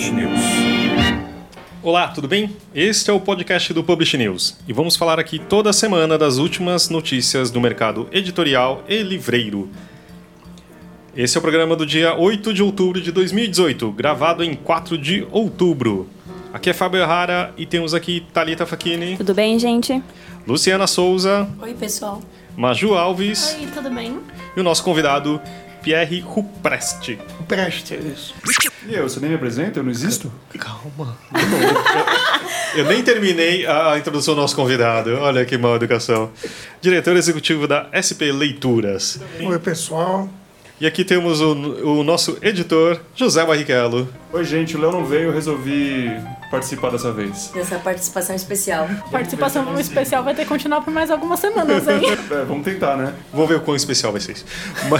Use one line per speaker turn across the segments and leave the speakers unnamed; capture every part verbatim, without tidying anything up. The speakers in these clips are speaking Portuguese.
Publish News.
Olá, tudo bem? Este é o podcast do Publish News e vamos falar aqui toda semana das últimas notícias do mercado editorial e livreiro. Esse é o programa do dia oito de outubro de dois mil e dezoito, gravado em quatro de outubro. Aqui é Fábio Errara e temos aqui Thalita Facchini.
Tudo bem, gente?
Luciana Souza.
Oi, pessoal.
Maju Alves.
Oi, tudo bem?
E o nosso convidado, Pierre Ruprecht.
Ruprecht, isso.
E eu, você nem me apresenta? Eu não existo?
Calma. Eu, eu nem terminei a introdução do nosso convidado. Olha que mal educação. Diretor executivo da S P Leituras.
Oi, pessoal.
E aqui temos o, o nosso editor, José Barrichello.
Oi, gente, o Léo não veio, eu resolvi participar dessa vez.
Dessa participação especial.
Participação especial vai ter que continuar por mais algumas semanas, hein?
É, vamos tentar, né?
Vamos ver o quão especial vai ser isso. Mas...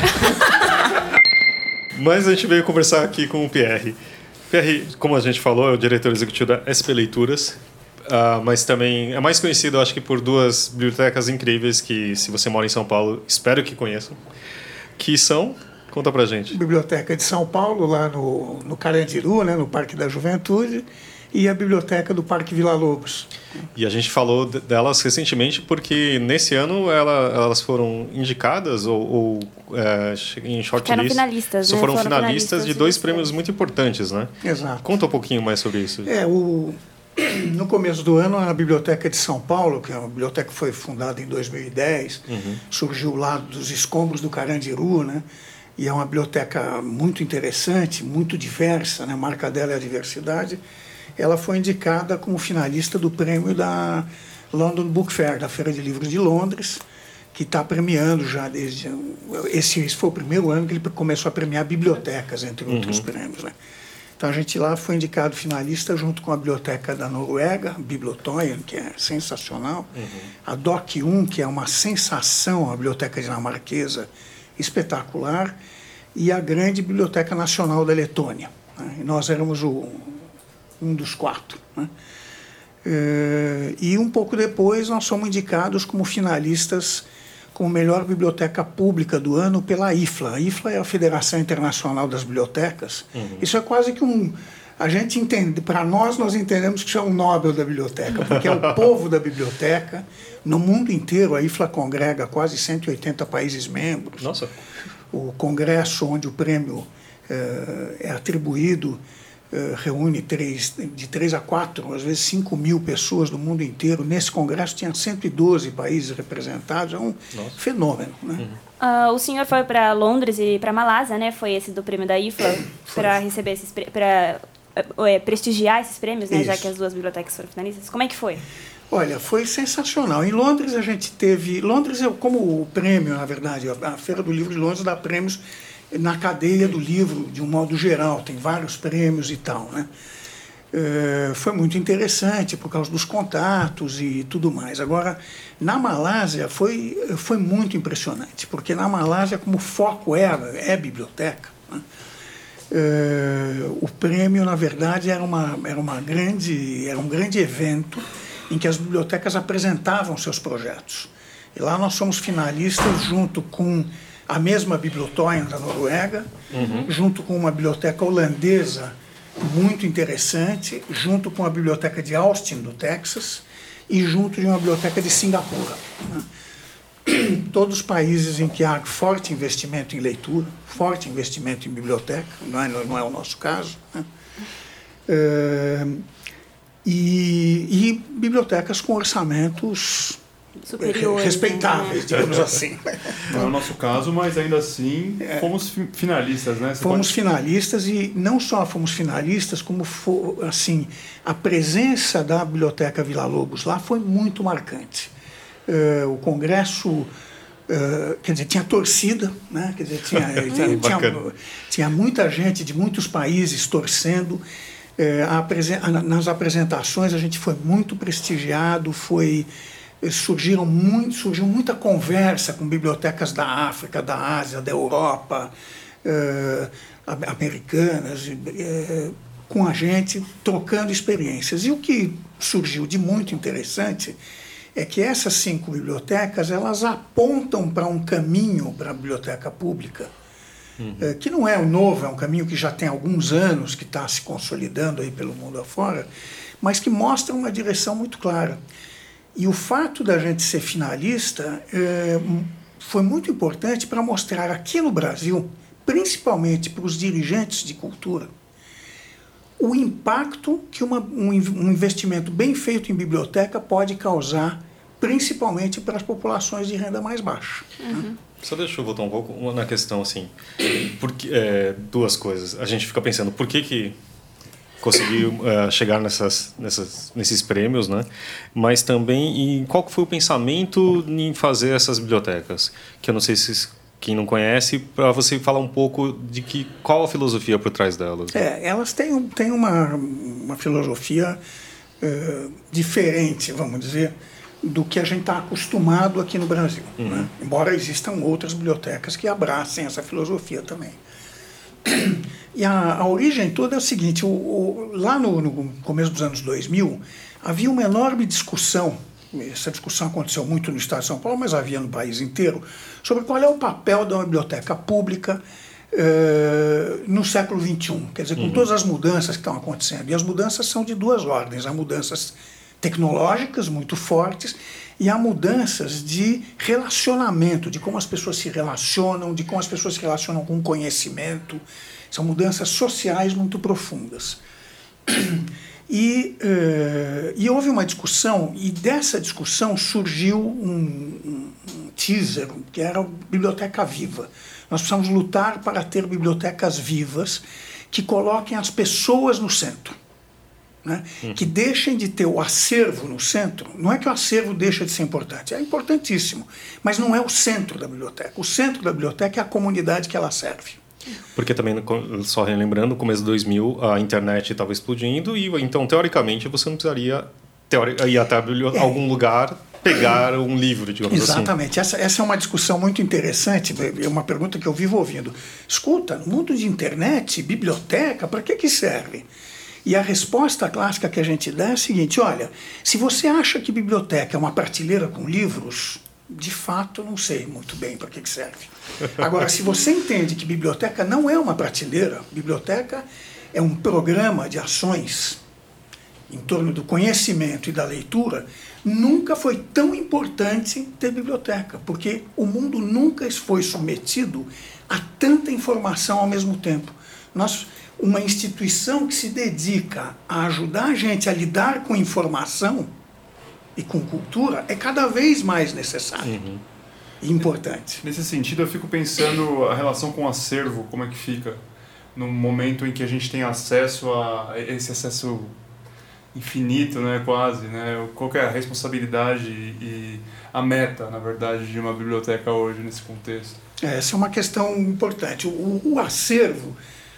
Mas a gente veio conversar aqui com o Pierre. Pierre, como a gente falou, é o diretor executivo da S P Leituras. Uh, mas também é mais conhecido, acho que, por duas bibliotecas incríveis que, se você mora em São Paulo, espero que conheçam. Que são... Conta pra gente.
Biblioteca de São Paulo, lá no, no Carandiru, né, no Parque da Juventude, e a Biblioteca do Parque Vila Lobos.
E a gente falou delas recentemente porque nesse ano ela, elas foram indicadas ou, ou é, em shortlist.
Ficaram finalistas,
Só
né?
foram,
foram
finalistas,
finalistas
de
de
dois
dois
prêmios
prêmios.
muito importantes, né?
Exato.
Conta um pouquinho mais sobre isso.
É, o... No começo do ano, a Biblioteca de São Paulo, que é uma biblioteca que foi fundada em dois mil e dez, uhum. surgiu lá dos escombros do Carandiru, né? E é uma biblioteca muito interessante, muito diversa, né? A marca dela é a diversidade. Ela foi indicada como finalista do prêmio da London Book Fair, da Feira de Livros de Londres, que está premiando já desde... Esse, esse foi o primeiro ano que ele começou a premiar bibliotecas, entre outros uhum. prêmios, né? Então a gente lá foi indicado finalista junto com a Biblioteca da Noruega, Bibliotoyen, que é sensacional, uhum. a D O C um, que é uma sensação, a Biblioteca Dinamarquesa, espetacular, e a grande Biblioteca Nacional da Letônia. Né? E nós éramos o, um dos quatro. Né? E um pouco depois nós fomos indicados como finalistas como melhor biblioteca pública do ano pela I F L A. A I F L A é a Federação Internacional das Bibliotecas. Uhum. Isso é quase que um... A gente entende, para nós, nós entendemos que isso é um Nobel da biblioteca, porque é o povo da biblioteca. No mundo inteiro, a I F L A congrega quase cento e oitenta países membros.
Nossa!
O congresso onde o prêmio eh, é atribuído eh, reúne três, de três a quatro, às vezes cinco mil pessoas do mundo inteiro. Nesse congresso tinha cento e doze países representados. É um Nossa. fenômeno, né?
Uhum. Uh, o senhor foi para Londres e para Malásia, né? Foi esse do prêmio da I F L A, para receber esses... para é, prestigiar esses prêmios, né? Já que as duas bibliotecas foram finalistas. Como é que foi?
Olha, foi sensacional. Em Londres a gente teve... Londres é como o prêmio, na verdade. A Feira do Livro de Londres dá prêmios na cadeia do livro, de um modo geral. Tem vários prêmios e tal, né? É, foi muito interessante por causa dos contatos e tudo mais. Agora, na Malásia foi, foi muito impressionante, porque na Malásia, como o foco é, é biblioteca, né? É, o prêmio, na verdade, era, uma, era, uma grande, era um grande evento em que as bibliotecas apresentavam seus projetos. E lá nós somos finalistas junto com a mesma Bibliotoyen da Noruega, uhum. junto com uma biblioteca holandesa muito interessante, junto com a biblioteca de Austin, do Texas, e junto de uma biblioteca de Singapura. Né? Todos os países em que há forte investimento em leitura, forte investimento em biblioteca, não é, não é o nosso caso, né? É, e, e bibliotecas com orçamentos
superiores,
respeitáveis, né? digamos assim.
Não é o nosso caso, mas ainda assim fomos finalistas, né? Você
fomos
pode...
finalistas e não só fomos finalistas, como for, assim, a presença da Biblioteca Vila Lobos lá foi muito marcante. Uh, o congresso, uh, quer dizer, tinha torcida, né? Quer dizer, tinha, tinha, tinha, tinha muita gente de muitos países torcendo. Uh, a apresen- nas apresentações a gente foi muito prestigiado, foi... Surgiram muito, surgiu muita conversa com bibliotecas da África, da Ásia, da Europa, eh, americanas, eh, com a gente, trocando experiências. E o que surgiu de muito interessante é que essas cinco bibliotecas elas apontam para um caminho para a biblioteca pública uhum. é, que não é um novo, é um caminho que já tem alguns anos, que está se consolidando aí pelo mundo afora, mas que mostra uma direção muito clara. E o fato da gente ser finalista é, foi muito importante para mostrar aqui no Brasil, principalmente para os dirigentes de cultura, o impacto que uma, um, um investimento bem feito em biblioteca pode causar, principalmente para as populações de renda mais baixa.
Uhum.
Né?
Só deixa eu voltar um pouco na questão, assim, porque, é, duas coisas. A gente fica pensando, por que que conseguiu uh, chegar nessas, nessas, nesses prêmios, né? Mas também, e qual foi o pensamento em fazer essas bibliotecas? Que eu não sei se quem não conhece, para você falar um pouco de que, qual a filosofia por trás delas.
É, elas têm, têm uma, uma filosofia uh, diferente, vamos dizer, do que a gente está acostumado aqui no Brasil. Uhum. Né? Embora existam outras bibliotecas que abracem essa filosofia também. E a, a origem toda é o seguinte, o, o, lá no, no começo dos anos dois mil, havia uma enorme discussão, essa discussão aconteceu muito no estado de São Paulo, mas havia no país inteiro, sobre qual é o papel da biblioteca pública uh, no século vinte e um, quer dizer, com uhum. todas as mudanças que estão acontecendo. E as mudanças são de duas ordens, há mudanças tecnológicas muito fortes e há mudanças de relacionamento, de como as pessoas se relacionam, de como as pessoas se relacionam com o conhecimento. São mudanças sociais muito profundas. E, uh, e houve uma discussão, e dessa discussão surgiu um, um, um teaser, que era a Biblioteca Viva. Nós precisamos lutar para ter bibliotecas vivas que coloquem as pessoas no centro. Né? Hum. Que deixem de ter o acervo no centro. Não é que o acervo deixa de ser importante, é importantíssimo, mas não é o centro da biblioteca. O centro da biblioteca é a comunidade que ela serve.
Porque também, só relembrando, no começo de dois mil a internet estava explodindo e então, teoricamente, você não precisaria teori- ir até é. algum lugar pegar um livro, digamos
Exatamente.
assim.
Exatamente. Essa, essa é uma discussão muito interessante, é uma pergunta que eu vivo ouvindo. Escuta, no mundo de internet, biblioteca, para que que serve? E a resposta clássica que a gente dá é a seguinte, olha, se você acha que biblioteca é uma prateleira com livros, de fato não sei muito bem para que que serve. Agora, se você entende que biblioteca não é uma prateleira, biblioteca é um programa de ações em torno do conhecimento e da leitura, nunca foi tão importante ter biblioteca, porque o mundo nunca foi submetido a tanta informação ao mesmo tempo. Nós... Uma instituição que se dedica a ajudar a gente a lidar com informação e com cultura é cada vez mais necessário uhum. e importante.
Nesse sentido, eu fico pensando a relação com o acervo, como é que fica no momento em que a gente tem acesso a esse acesso infinito, né, quase, né? Qual que é a responsabilidade e a meta, na verdade, de uma biblioteca hoje nesse contexto?
Essa é uma questão importante. O, o acervo...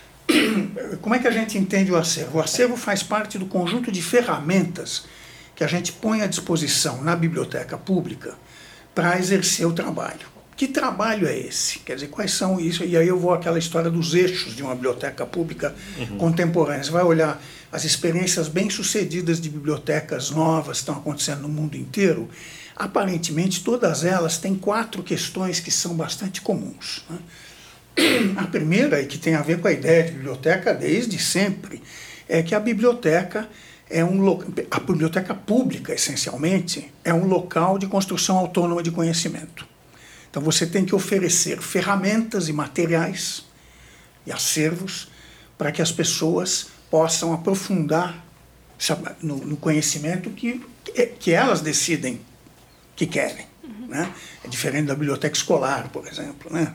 Como é que a gente entende o acervo? O acervo faz parte do conjunto de ferramentas que a gente põe à disposição na biblioteca pública para exercer o trabalho. Que trabalho é esse? Quer dizer, quais são isso? E aí eu vou àquela história dos eixos de uma biblioteca pública uhum. contemporânea. Você vai olhar as experiências bem-sucedidas de bibliotecas novas que estão acontecendo no mundo inteiro. Aparentemente, todas elas têm quatro questões que são bastante comuns, né? A primeira, e que tem a ver com a ideia de biblioteca desde sempre, é que a biblioteca é um lo... a biblioteca pública, essencialmente, é um local de construção autônoma de conhecimento. Então você tem que oferecer ferramentas e materiais e acervos para que as pessoas possam aprofundar no, no conhecimento que, que elas decidem que querem. Uhum. Né? É diferente da biblioteca escolar, por exemplo, né?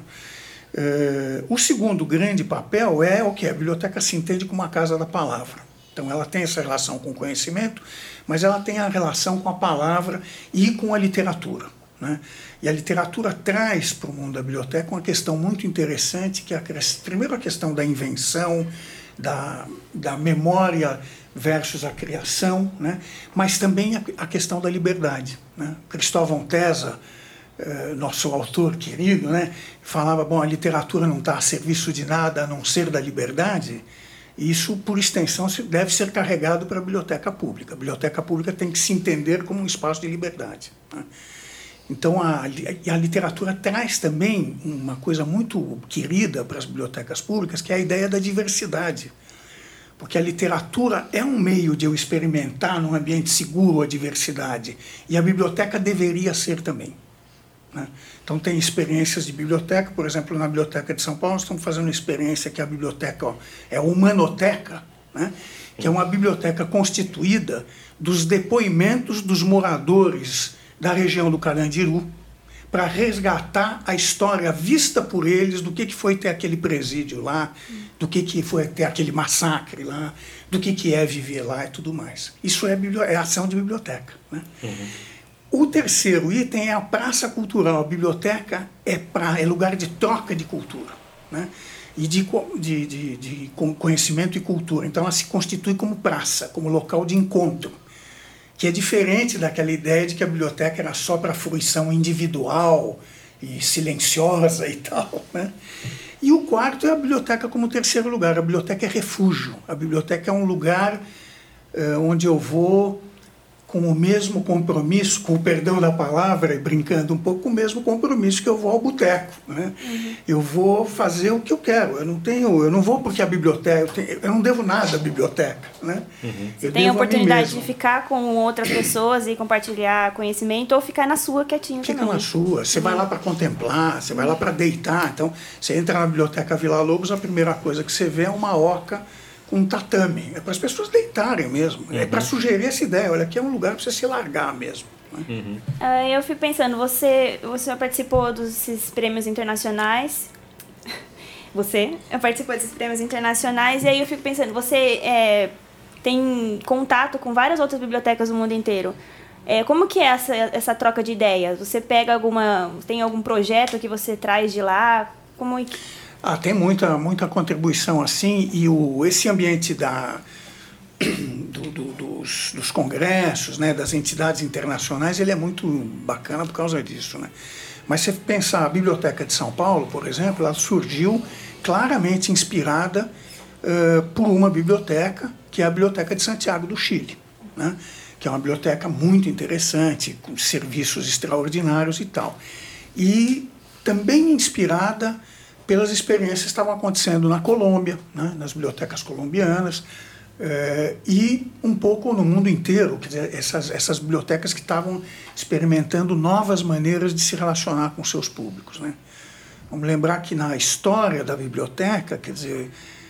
Uh, o segundo grande papel é o que a biblioteca se entende como a casa da palavra. Então ela tem essa relação com o conhecimento, mas ela tem a relação com a palavra e com a literatura, né? E a literatura traz para o mundo da biblioteca uma questão muito interessante, que é a, primeiro a questão da invenção, da, da memória versus a criação, né? Mas também a, a questão da liberdade, né? Cristóvão Tesa, nosso autor querido, né, falava, bom, a literatura não está a serviço de nada a não ser da liberdade, e isso, por extensão, deve ser carregado para a biblioteca pública. A biblioteca pública tem que se entender como um espaço de liberdade, né? Então, a, a literatura traz também uma coisa muito querida para as bibliotecas públicas, que é a ideia da diversidade. Porque a literatura é um meio de eu experimentar num ambiente seguro a diversidade. E a biblioteca deveria ser também, né? Então, tem experiências de biblioteca. Por exemplo, na Biblioteca de São Paulo, nós estamos fazendo uma experiência que a biblioteca ó, é a Humanoteca, né? Que é uma biblioteca constituída dos depoimentos dos moradores da região do Carandiru, para resgatar a história vista por eles do que, que foi ter aquele presídio lá, do que, que foi ter aquele massacre lá, do que, que é viver lá e tudo mais. Isso é, é ação de biblioteca, né? Uhum. O terceiro item é a praça cultural. A biblioteca é, pra, é lugar de troca de cultura, né? E de, de, de, de conhecimento e cultura. Então ela se constitui como praça, como local de encontro, que é diferente daquela ideia de que a biblioteca era só para fruição individual e silenciosa e tal, né? E o quarto é a biblioteca como terceiro lugar. A biblioteca é refúgio. A biblioteca é um lugar eh, onde eu vou com o mesmo compromisso, com o perdão da palavra, e brincando um pouco, com o mesmo compromisso que eu vou ao boteco, né? Uhum. Eu vou fazer o que eu quero. Eu não tenho, eu não vou porque a biblioteca, eu, tenho, eu não devo nada à biblioteca, né?
Uhum. Você tem a oportunidade de ficar com outras pessoas e compartilhar conhecimento, ou ficar na sua quietinho
Fica
também.
na sua. Você uhum. vai lá para contemplar, você vai lá para deitar. Então, você entra na Biblioteca Vila Lobos, a primeira coisa que você vê é uma oca com um tatame. É para as pessoas deitarem mesmo. Uhum. É para sugerir essa ideia. Olha, aqui é um lugar para você se largar mesmo, né?
Uhum. Uh, eu fico pensando, você, você participou desses prêmios internacionais. Você participou desses prêmios internacionais, e aí eu fico pensando, você é, tem contato com várias outras bibliotecas do mundo inteiro. É, como que é essa, essa troca de ideias? Você pega alguma... Tem algum projeto que você traz de lá? Como é que...
Ah, tem muita, muita contribuição assim, e o, esse ambiente da, do, do, dos, dos congressos, né, das entidades internacionais, ele é muito bacana por causa disso, né? Mas se você pensar, a Biblioteca de São Paulo, por exemplo, ela surgiu claramente inspirada uh, por uma biblioteca, que é a Biblioteca de Santiago do Chile, né? Que é uma biblioteca muito interessante, com serviços extraordinários e tal. E também inspirada pelas experiências que estavam acontecendo na Colômbia, né, nas bibliotecas colombianas, eh, e um pouco no mundo inteiro, quer dizer, essas, essas bibliotecas que estavam experimentando novas maneiras de se relacionar com seus públicos, né? Vamos lembrar que na história da biblioteca, quer dizer,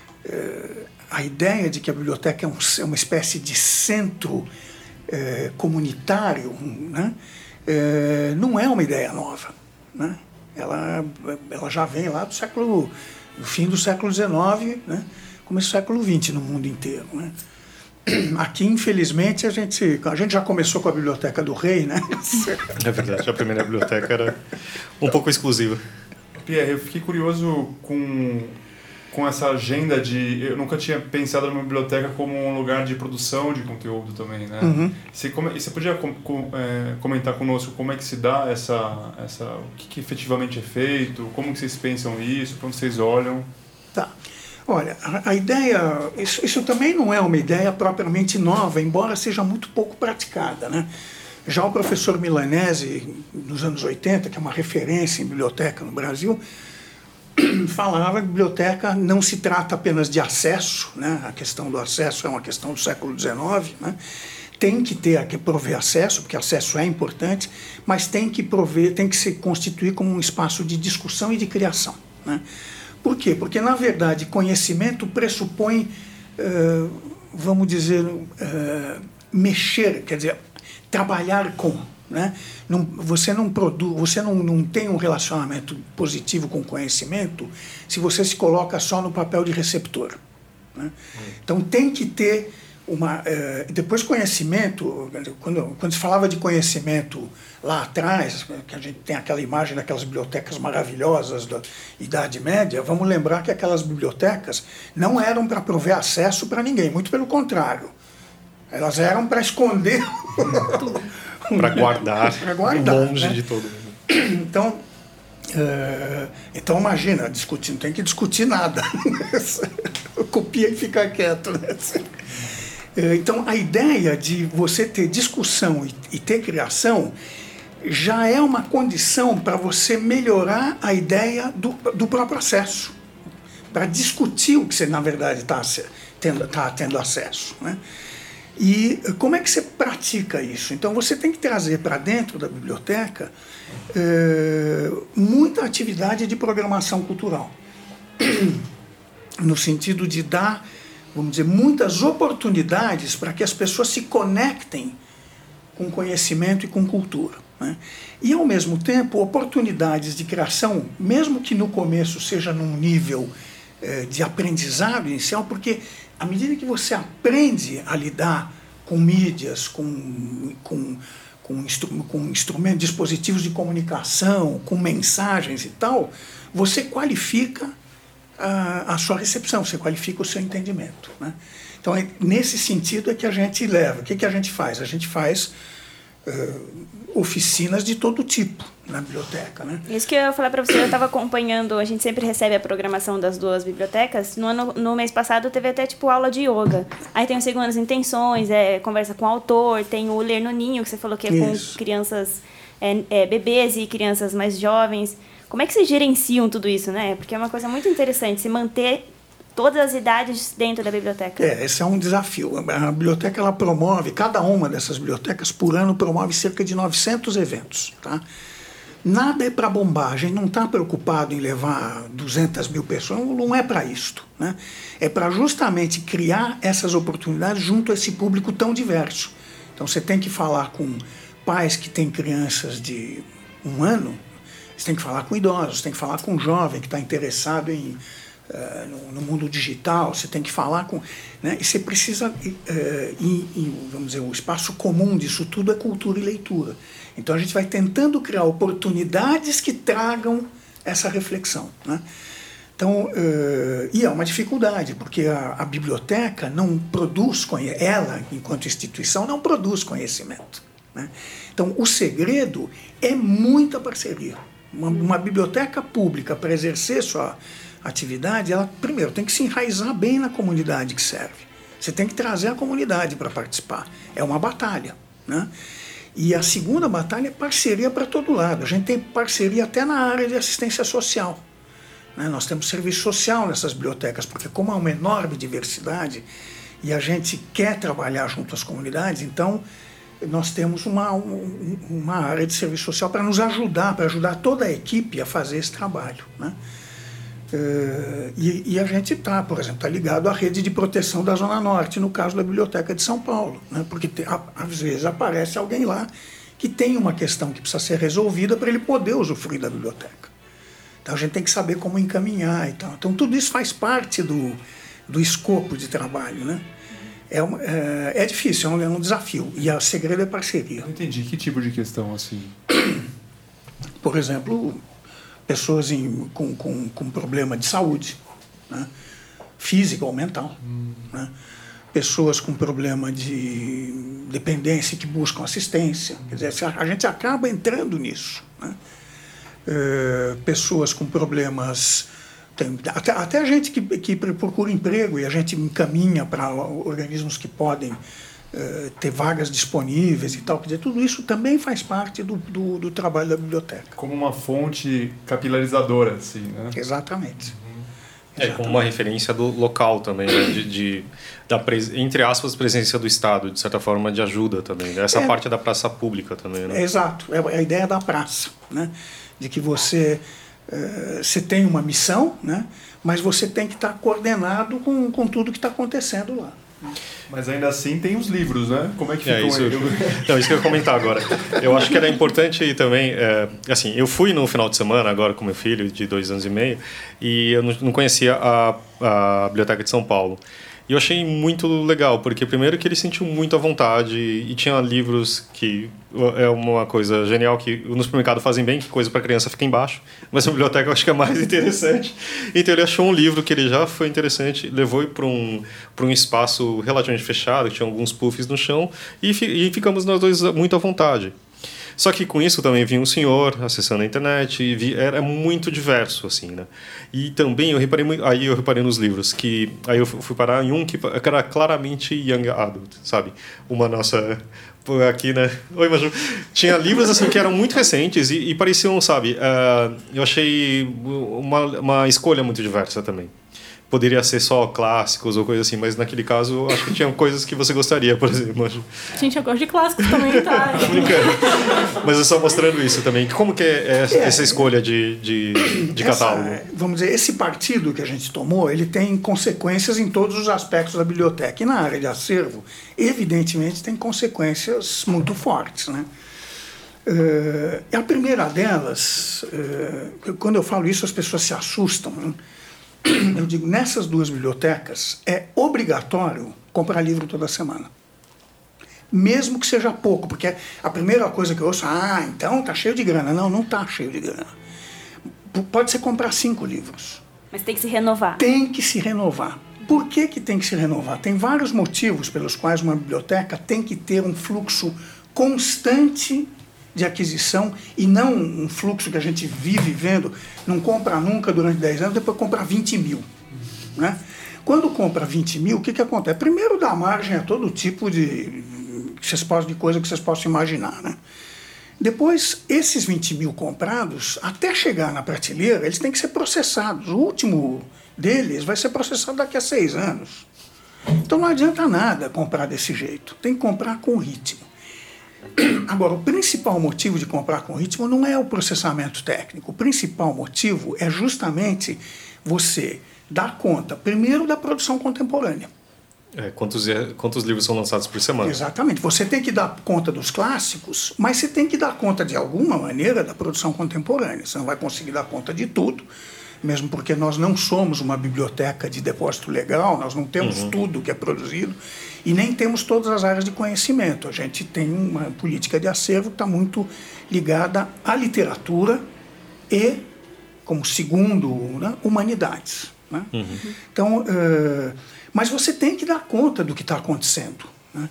eh, a ideia de que a biblioteca é, um, é uma espécie de centro eh, comunitário, né, eh, não é uma ideia nova, né? Ela, ela já vem lá do século, do fim do século dezenove, né? Começo do século vinte no mundo inteiro, né? Aqui, infelizmente, a gente, a gente já começou com a Biblioteca do Rei, né?
É verdade, a primeira biblioteca era um pouco exclusiva.
Pierre, eu fiquei curioso com, com essa agenda de... Eu nunca tinha pensado numa biblioteca como um lugar de produção de conteúdo também, né? Uhum. Você, come, você podia com, com, é, comentar conosco como é que se dá essa... essa o que, que efetivamente é feito, como que vocês pensam isso, como vocês olham?
Tá. Olha, a, a ideia... Isso, isso também não é uma ideia propriamente nova, embora seja muito pouco praticada, né? Já o professor Milanese, nos anos oitenta, que é uma referência em biblioteca no Brasil, falava que biblioteca não se trata apenas de acesso, né? A questão do acesso é uma questão do século dezenove, né? Tem que ter, que prover acesso, porque acesso é importante, mas tem que prover, tem que se constituir como um espaço de discussão e de criação, né? Por quê? Porque, na verdade, conhecimento pressupõe, uh, vamos dizer, uh, mexer, quer dizer, trabalhar com, né? Não, você não produz, você não, não tem um relacionamento positivo com o conhecimento se você se coloca só no papel de receptor, né? Hum. Então tem que ter uma... Eh, depois conhecimento, quando, quando se falava de conhecimento lá atrás, que a gente tem aquela imagem daquelas bibliotecas maravilhosas da Idade Média, vamos lembrar que aquelas bibliotecas não eram para prover acesso para ninguém, muito pelo contrário. Elas eram para esconder...
para guardar,
guardar
longe, né, de todo mundo.
Então, uh, então imagina, discutir, não tem que discutir nada. Copia e fica quieto, né? Uh, então, a ideia de você ter discussão e, e ter criação já é uma condição para você melhorar a ideia do, do próprio acesso, para discutir o que você, na verdade, está tendo, tá tendo acesso, né? E como é que você pratica isso? Então, você tem que trazer para dentro da biblioteca é, muita atividade de programação cultural, no sentido de dar, vamos dizer, muitas oportunidades para que as pessoas se conectem com conhecimento e com cultura, né? E, ao mesmo tempo, oportunidades de criação, mesmo que no começo seja num nível eh, de aprendizado inicial, porque à medida que você aprende a lidar com mídias, com, com, com, instru com instrumentos, dispositivos de comunicação, com mensagens e tal, você qualifica a, a sua recepção, você qualifica o seu entendimento, né? Então, é, nesse sentido é que a gente leva. O que, que a gente faz? A gente faz uh, oficinas de todo tipo na biblioteca, né?
Isso que eu ia falar para você, eu estava acompanhando, a gente sempre recebe a programação das duas bibliotecas. No, ano, no mês passado teve até tipo aula de yoga. Aí tem o Segundas Intenções, é, conversa com o autor, tem o Ler no Ninho, que você falou que é
Isso.
com crianças, é, é, bebês e crianças mais jovens. Como é que vocês gerenciam tudo isso, né? Porque é uma coisa muito interessante, se manter todas as idades dentro da biblioteca.
É, esse é um desafio. A biblioteca, ela promove, cada uma dessas bibliotecas por ano promove cerca de novecentos eventos, tá? Nada é para bombar, a gente não está preocupado em levar duzentas mil pessoas, não é para isto, né? É para justamente criar essas oportunidades junto a esse público tão diverso. Então você tem que falar com pais que têm crianças de um ano, você tem que falar com idosos, você tem que falar com um jovem que está interessado em Uh, no, no mundo digital, você tem que falar com... Né, e você precisa... Uh, em, em, vamos dizer, o espaço comum disso tudo é cultura e leitura. Então a gente vai tentando criar oportunidades que tragam essa reflexão, né? Então, uh, e é uma dificuldade, porque a, a biblioteca não produz conhecimento, ela, enquanto instituição, não produz conhecimento, né? Então, o segredo é muita parceria. Uma, uma biblioteca pública, para exercer sua atividade, ela primeiro tem que se enraizar bem na comunidade que serve. Você tem que trazer a comunidade para participar. É uma batalha, né? E a segunda batalha é parceria para todo lado. A gente tem parceria até na área de assistência social, né? Nós temos serviço social nessas bibliotecas, porque como há uma enorme diversidade e a gente quer trabalhar junto às comunidades, então nós temos uma, uma área de serviço social para nos ajudar, para ajudar toda a equipe a fazer esse trabalho, né? Uh, e, e a gente está, por exemplo, está ligado à rede de proteção da Zona Norte, no caso da Biblioteca de São Paulo, né? Porque te, a, às vezes aparece alguém lá que tem uma questão que precisa ser resolvida para ele poder usufruir da biblioteca. Então a gente tem que saber como encaminhar e tal. Então tudo isso faz parte do, do escopo de trabalho, né? É, uma, é, é difícil, é um, é um desafio. E o segredo é parceria.
Não entendi. Que tipo de questão, assim?
Por exemplo, pessoas em, com, com, com problema de saúde, né? Física ou mental, hum. né? Pessoas com problema de dependência que buscam assistência. Quer dizer, a gente acaba entrando nisso, né? É, pessoas com problemas... Tem, até, até a gente que, que procura emprego e a gente encaminha para organismos que podem Uh, ter vagas disponíveis e tal, quer dizer, tudo isso também faz parte do, do, do trabalho da biblioteca.
Como uma fonte capilarizadora, assim, né?
Exatamente.
Uhum. É, como uma referência do local também, né? de, de, da, entre aspas, presença do Estado, de certa forma, de ajuda também. Essa é, parte da praça pública também, né?
É, exato, é a ideia da praça, né? De que você, uh, você tem uma missão, né? Mas você tem que estar coordenado com, com tudo que está acontecendo lá.
Mas ainda assim tem os livros, né? Como é que ficam?
É, isso, então, isso que eu ia comentar agora. Eu acho que era importante também... É, assim, eu fui no final de semana agora com meu filho, de dois anos e meio, e eu não conhecia a, a Biblioteca de São Paulo. E eu achei muito legal, porque primeiro que ele sentiu muito à vontade e tinha livros que é uma coisa genial que no supermercado fazem bem, que coisa para criança fica embaixo, mas na biblioteca eu acho que é mais interessante. Então ele achou um livro que ele já foi interessante, levou para um, para um espaço relativamente fechado, que tinha alguns puffs no chão, e, fi, e ficamos nós dois muito à vontade. Só que com isso também vinha um senhor acessando a internet, e vi, era muito diverso, assim, né? E também eu reparei muito, aí eu reparei nos livros, que aí eu fui parar em um que era claramente young adult, sabe? Uma nossa... aqui, né? Oi, Maju. Tinha livros assim que eram muito recentes e, e pareciam, sabe? Uh, eu achei uma, uma escolha muito diversa também. Poderia ser só clássicos ou coisa assim, mas naquele caso eu acho que tinha coisas que você gostaria, por exemplo, Maju.
Gente, eu gosto de clássicos também, tá?
Mas é só mostrando isso também. Como que é essa, é, essa escolha de, de, de
essa,
catálogo?
Vamos dizer, esse partido que a gente tomou, ele tem consequências em todos os aspectos da biblioteca. E na área de acervo, evidentemente, tem consequências muito fortes, né? Uh, a primeira delas, uh, quando eu falo isso, as pessoas se assustam, né? Eu digo, nessas duas bibliotecas é obrigatório comprar livro toda semana. Mesmo que seja pouco, porque a primeira coisa que eu ouço, ah, então tá cheio de grana. Não, não tá cheio de grana. Pode ser comprar cinco livros.
Mas tem que se renovar.
Tem que se renovar. Por que que tem que se renovar? Tem vários motivos pelos quais uma biblioteca tem que ter um fluxo constante de aquisição e não um fluxo que a gente vive vendo, não compra nunca durante dez anos, depois compra vinte mil. Né? Quando compra vinte mil, o que, que acontece? Primeiro dá margem a todo tipo de, de coisa que vocês possam imaginar. Né? Depois, esses vinte mil comprados, até chegar na prateleira, eles têm que ser processados. O último deles vai ser processado daqui a seis anos. Então não adianta nada comprar desse jeito, tem que comprar com ritmo. Agora, o principal motivo de comprar com ritmo não é o processamento técnico. O principal motivo é justamente você dar conta, primeiro, da produção contemporânea.
É, quantos, quantos livros são lançados por semana?
Exatamente. Você tem que dar conta dos clássicos, mas você tem que dar conta, de alguma maneira, da produção contemporânea. Você não vai conseguir dar conta de tudo, mesmo porque nós não somos uma biblioteca de depósito legal, nós não temos uhum. tudo que é produzido e nem temos todas as áreas de conhecimento. A gente tem uma política de acervo que está muito ligada à literatura e, como segundo, né, humanidades. Né? Uhum. Então, uh, mas você tem que dar conta do que está acontecendo. Né?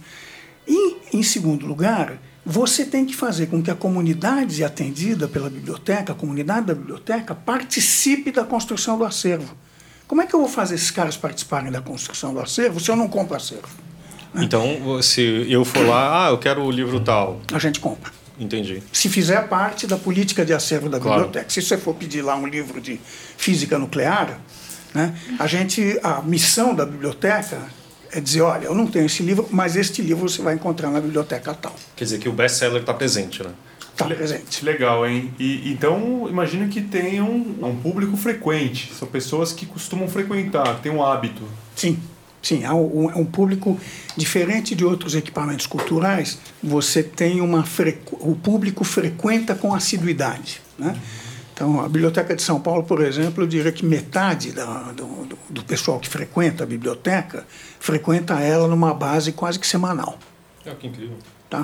E, em segundo lugar, você tem que fazer com que a comunidade atendida pela biblioteca, a comunidade da biblioteca, participe da construção do acervo. Como é que eu vou fazer esses caras participarem da construção do acervo se eu não compro acervo? Né?
Então, se eu for lá, ah, eu quero o livro tal.
A gente compra.
Entendi.
Se fizer parte da política de acervo da
claro.
biblioteca. Se você for pedir lá um livro de física nuclear, né, a gente, a missão da biblioteca é dizer, olha, eu não tenho esse livro, mas este livro você vai encontrar na biblioteca tal.
Quer dizer que o best-seller está presente, né?
Está presente.
Legal, hein? E, então, imagino que tenha um, um público frequente. São pessoas que costumam frequentar, que têm um hábito.
Sim, sim. É um, é um público diferente de outros equipamentos culturais. Você tem uma... Frequ... O público frequenta com assiduidade, né? Então, a Biblioteca de São Paulo, por exemplo, eu diria que metade da, do, do pessoal que frequenta a biblioteca frequenta ela numa base quase que semanal.
É, que incrível.
Tá?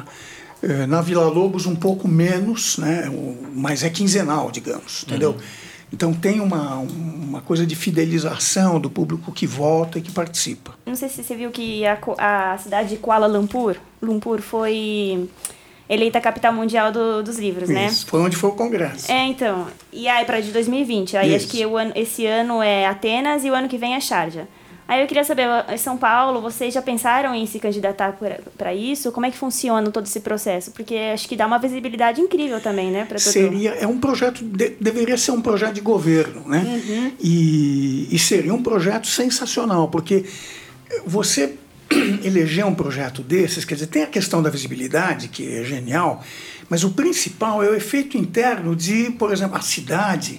Na Vila Lobos, um pouco menos, né? Mas é quinzenal, digamos, entendeu? Uhum. Então, tem uma, uma coisa de fidelização do público que volta e que participa.
Não sei se você viu que a, a cidade de Kuala Lumpur, Lumpur foi... eleita a capital mundial do, dos livros,
Isso,
né?
Foi onde foi o congresso.
É, então. E aí, para de dois mil e vinte. Aí
Isso.
acho que o ano, esse ano é Atenas e o ano que vem é Sharjah. Aí eu queria saber, em São Paulo, vocês já pensaram em se candidatar para isso? Como é que funciona todo esse processo? Porque acho que dá uma visibilidade incrível também, né? Pra todo...
Seria, é um projeto, de, deveria ser um projeto de governo, né? Uhum. E, e seria um projeto sensacional, porque você... eleger um projeto desses, quer dizer, tem a questão da visibilidade, que é genial, mas o principal é o efeito interno de, por exemplo, a cidade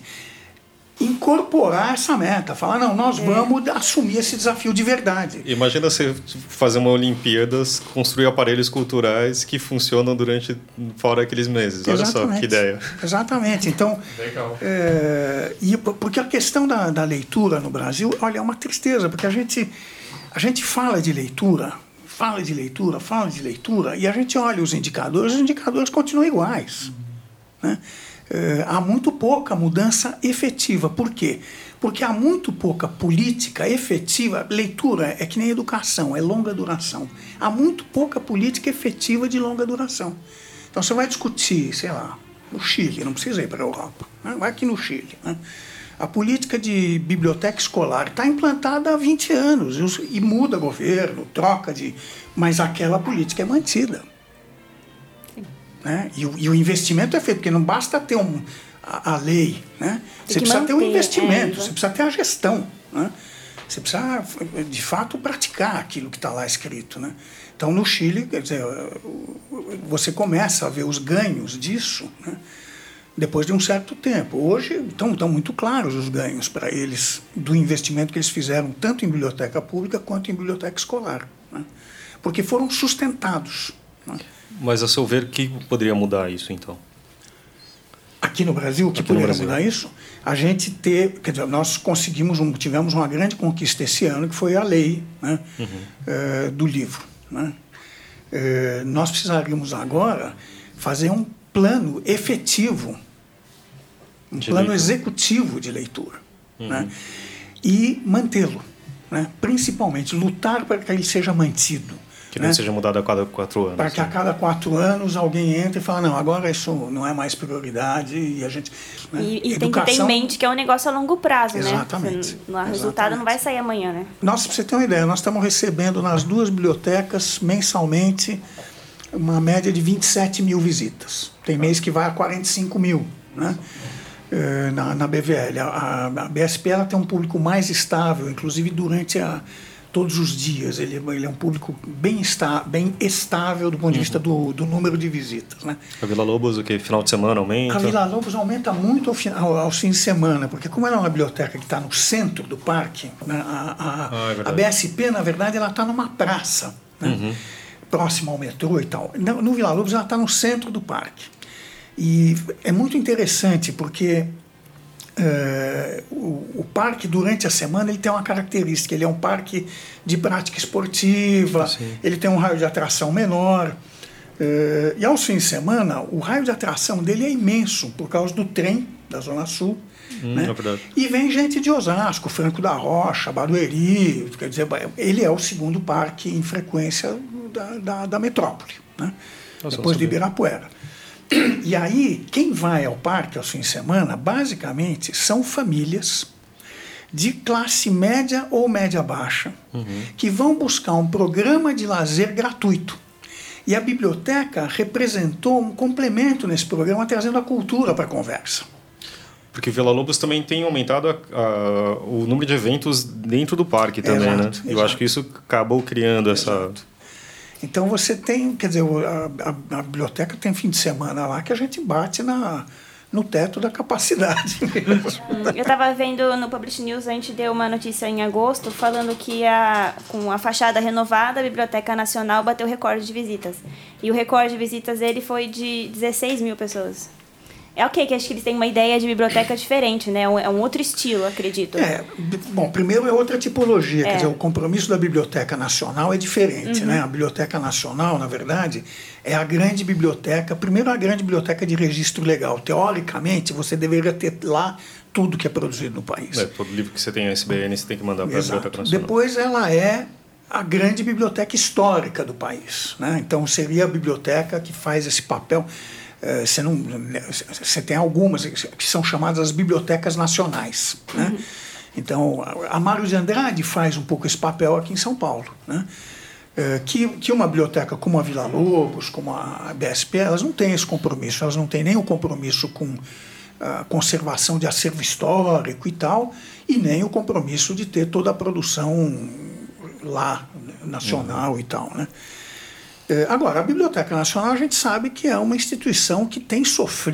incorporar essa meta, falar, não, nós é. vamos assumir esse desafio de verdade.
Imagina você fazer uma Olimpíadas, construir aparelhos culturais que funcionam durante, fora aqueles meses. Olha Exatamente. Só que ideia.
Exatamente. Então,
Legal.
É, e, porque a questão da, da leitura no Brasil, olha, é uma tristeza, porque a gente... A gente fala de leitura, fala de leitura, fala de leitura, e a gente olha os indicadores, os indicadores continuam iguais. Né? É, há muito pouca mudança efetiva. Por quê? Porque há muito pouca política efetiva. Leitura é que nem educação, é longa duração. Há muito pouca política efetiva de longa duração. Então você vai discutir, sei lá, no Chile, não precisa ir para a Europa, né? Vai aqui no Chile, né? A política de biblioteca escolar está implantada há vinte anos e muda governo, troca de... Mas aquela política é mantida. Né? E, o, e o investimento é feito, porque não basta ter um, a, a lei, né? Você precisa manter, ter um investimento, é, você precisa ter a gestão, né? Você precisa, de fato, praticar aquilo que está lá escrito, né? Então, no Chile, quer dizer, você começa a ver os ganhos disso, né? Depois de um certo tempo. Hoje estão, estão muito claros os ganhos para eles do investimento que eles fizeram tanto em biblioteca pública quanto em biblioteca escolar, né? Porque foram sustentados, né?
Mas, a seu ver, o que poderia mudar isso, então?
Aqui no Brasil, o que
Aqui no
poderia
Brasil.
mudar isso? A gente ter... Quer dizer, nós conseguimos, um, tivemos uma grande conquista esse ano, que foi a lei, né? Uhum. eh, do livro, né? Eh, nós precisaríamos agora fazer um plano efetivo, um
de
plano
leitura.
executivo de leitura,
uhum.
né? E mantê-lo, né? Principalmente lutar para que ele seja mantido.
Que não
né?
seja mudado a cada quatro anos.
Para que
né?
a cada quatro anos alguém entre e fale, não, agora isso não é mais prioridade e a gente... Né?
E, e
Educação...
tem que ter em mente que é um negócio a longo prazo,
Exatamente.
né? O resultado não vai sair amanhã, né?
Nossa, para você ter uma ideia, nós estamos recebendo nas duas bibliotecas mensalmente uma média de vinte e sete mil visitas. Tem mês que vai a quarenta e cinco mil, né? É, na, na B V L. A, a B S P ela tem um público mais estável, inclusive durante a, todos os dias. Ele, ele é um público bem, está, bem estável do ponto de vista do, do número de visitas, né?
A Vila Lobos, o que? Final de semana aumenta?
A Vila Lobos aumenta muito ao, final, ao fim de semana, porque como ela é uma biblioteca que está no centro do parque, né, a, a,
ah, é
a B S P, na verdade, ela está numa praça, né,
uhum.
próxima ao metrô e tal. No, no Vila Lobos, ela está no centro do parque. E é muito interessante, porque uh, o, o parque, durante a semana, ele tem uma característica. Ele é um parque de prática esportiva, Sim. ele tem um raio de atração menor. Uh, e aos fins de semana, o raio de atração dele é imenso, por causa do trem da Zona Sul.
Hum,
né?
é
E vem gente de Osasco, Franco da Rocha, Barueri. Quer dizer, ele é o segundo parque em frequência da, da, da metrópole, né?
Nossa,
depois de Ibirapuera. E aí, quem vai ao parque aos fins de semana, basicamente, são famílias de classe média ou média baixa, uhum. que vão buscar um programa de lazer gratuito. E a biblioteca representou um complemento nesse programa, trazendo a cultura para a conversa.
Porque Vila Lobos também tem aumentado a, a, o número de eventos dentro do parque também,
exato,
né?
Exato.
Eu acho que isso acabou criando
exato.
essa...
Então você tem, quer dizer, a, a, a biblioteca tem fim de semana lá que a gente bate na, no teto da capacidade mesmo.
Eu estava vendo no Publish News, a gente deu uma notícia em agosto falando que a, com a fachada renovada, a Biblioteca Nacional bateu recorde de visitas. E o recorde de visitas dele foi de dezesseis mil pessoas. É ok, que acho que eles têm uma ideia de biblioteca diferente, né? É um outro estilo, acredito.
É, bom, primeiro é outra tipologia,
é.
quer dizer, o compromisso da Biblioteca Nacional é diferente,
uhum.
né? A Biblioteca Nacional, na verdade, é a grande biblioteca, primeiro a grande biblioteca de registro legal. Teoricamente, você deveria ter lá tudo que é produzido no país.
É, todo livro que você tem a S B N, você tem que mandar para a Biblioteca Nacional.
Depois ela é a grande biblioteca histórica do país, né? Então seria a biblioteca que faz esse papel. Você, não, você tem algumas que são chamadas as bibliotecas nacionais, né? Uhum. Então, a Mário de Andrade faz um pouco esse papel aqui em São Paulo, né? Que, que uma biblioteca como a Vila Lobos, como a B S P, elas não têm esse compromisso, elas não têm nem o compromisso com a conservação de acervo histórico e tal, e nem o compromisso de ter toda a produção lá, nacional uhum. e tal, né? Agora, a Biblioteca Nacional a gente sabe que é uma instituição que tem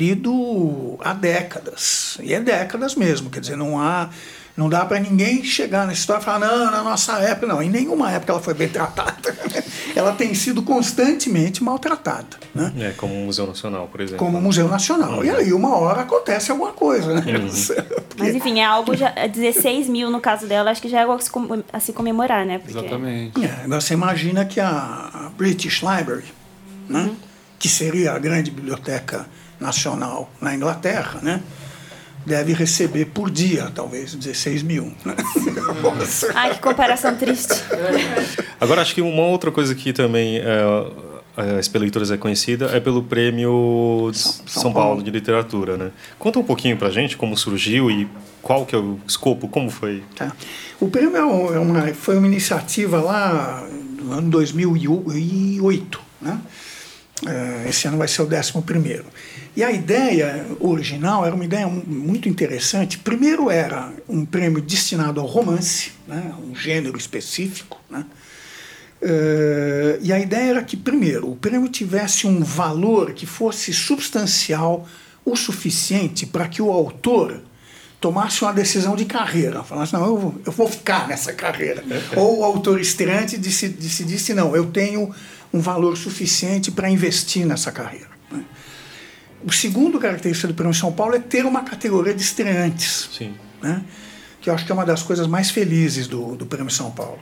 sofrido há décadas, e é décadas mesmo, quer dizer, não há, não dá para ninguém chegar nessa história e falar, não, na nossa época, não, em nenhuma época ela foi bem tratada, ela tem sido constantemente maltratada, né?
É, como o Museu Nacional, por exemplo.
Como o Museu Nacional, uhum. e aí uma hora acontece alguma coisa, né?
Uhum.
Porque... Mas enfim, é algo, já, dezesseis mil no caso dela, acho que já é algo a se comemorar, né? Porque...
Exatamente.
É, você imagina que a British Library, né, uhum. que seria a grande biblioteca nacional na Inglaterra, né, deve receber por dia, talvez, dezesseis mil. Né?
Ai, que comparação triste.
Agora, acho que uma outra coisa que também... É, a S P Leituras é conhecida é pelo Prêmio São, São, São Paulo. Paulo de Literatura, né? Conta um pouquinho pra gente como surgiu e qual que é o escopo, como foi?
Tá. O prêmio é uma, foi uma iniciativa lá no ano dois mil e oito, né? Esse ano vai ser o décimo primeiro. E a ideia original era uma ideia muito interessante. Primeiro era um prêmio destinado ao romance, né? Um gênero específico, né? Uh, e a ideia era que, primeiro, o prêmio tivesse um valor que fosse substancial o suficiente para que o autor tomasse uma decisão de carreira. Falasse, não, eu vou, eu vou ficar nessa carreira. Ou o autor estreante decidisse, não, eu tenho um valor suficiente para investir nessa carreira. Né? O segundo característica do Prêmio São Paulo é ter uma categoria de estreantes.
Sim.
Né? Que eu acho que é uma das coisas mais felizes do, do Prêmio São Paulo.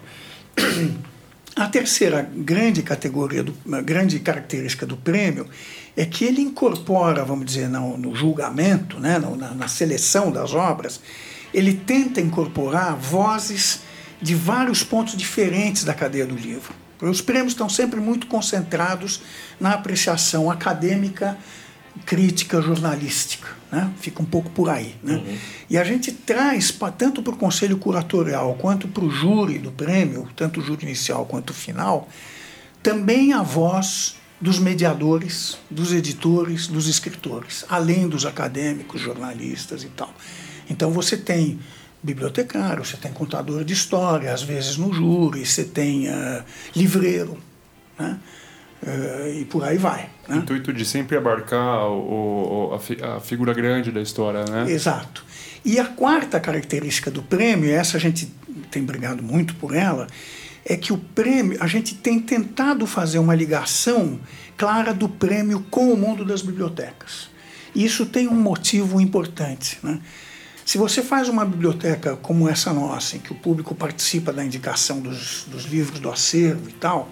A terceira grande categoria, do, grande característica do prêmio é que ele incorpora, vamos dizer, no, no julgamento, né, na, na seleção das obras, ele tenta incorporar vozes de vários pontos diferentes da cadeia do livro. Os prêmios estão sempre muito concentrados na apreciação acadêmica, crítica, jornalística, né? Fica um pouco por aí, né? Uhum. E a gente traz, tanto para o conselho curatorial quanto para o júri do prêmio, tanto o júri inicial quanto o final, também a voz dos mediadores, dos editores, dos escritores, além dos acadêmicos, jornalistas e tal. Então você tem bibliotecário, você tem contador de história, às vezes no júri, você tem uh, livreiro, né? Uh, e por aí vai. Né?
O intuito de sempre abarcar o, o, a, fi, a figura grande da história, né?
Exato. E a quarta característica do prêmio, e essa a gente tem brigado muito por ela, é que o prêmio, a gente tem tentado fazer uma ligação clara do prêmio com o mundo das bibliotecas. E isso tem um motivo importante, né? Se você faz uma biblioteca como essa nossa, em que o público participa da indicação dos, dos livros do acervo e tal,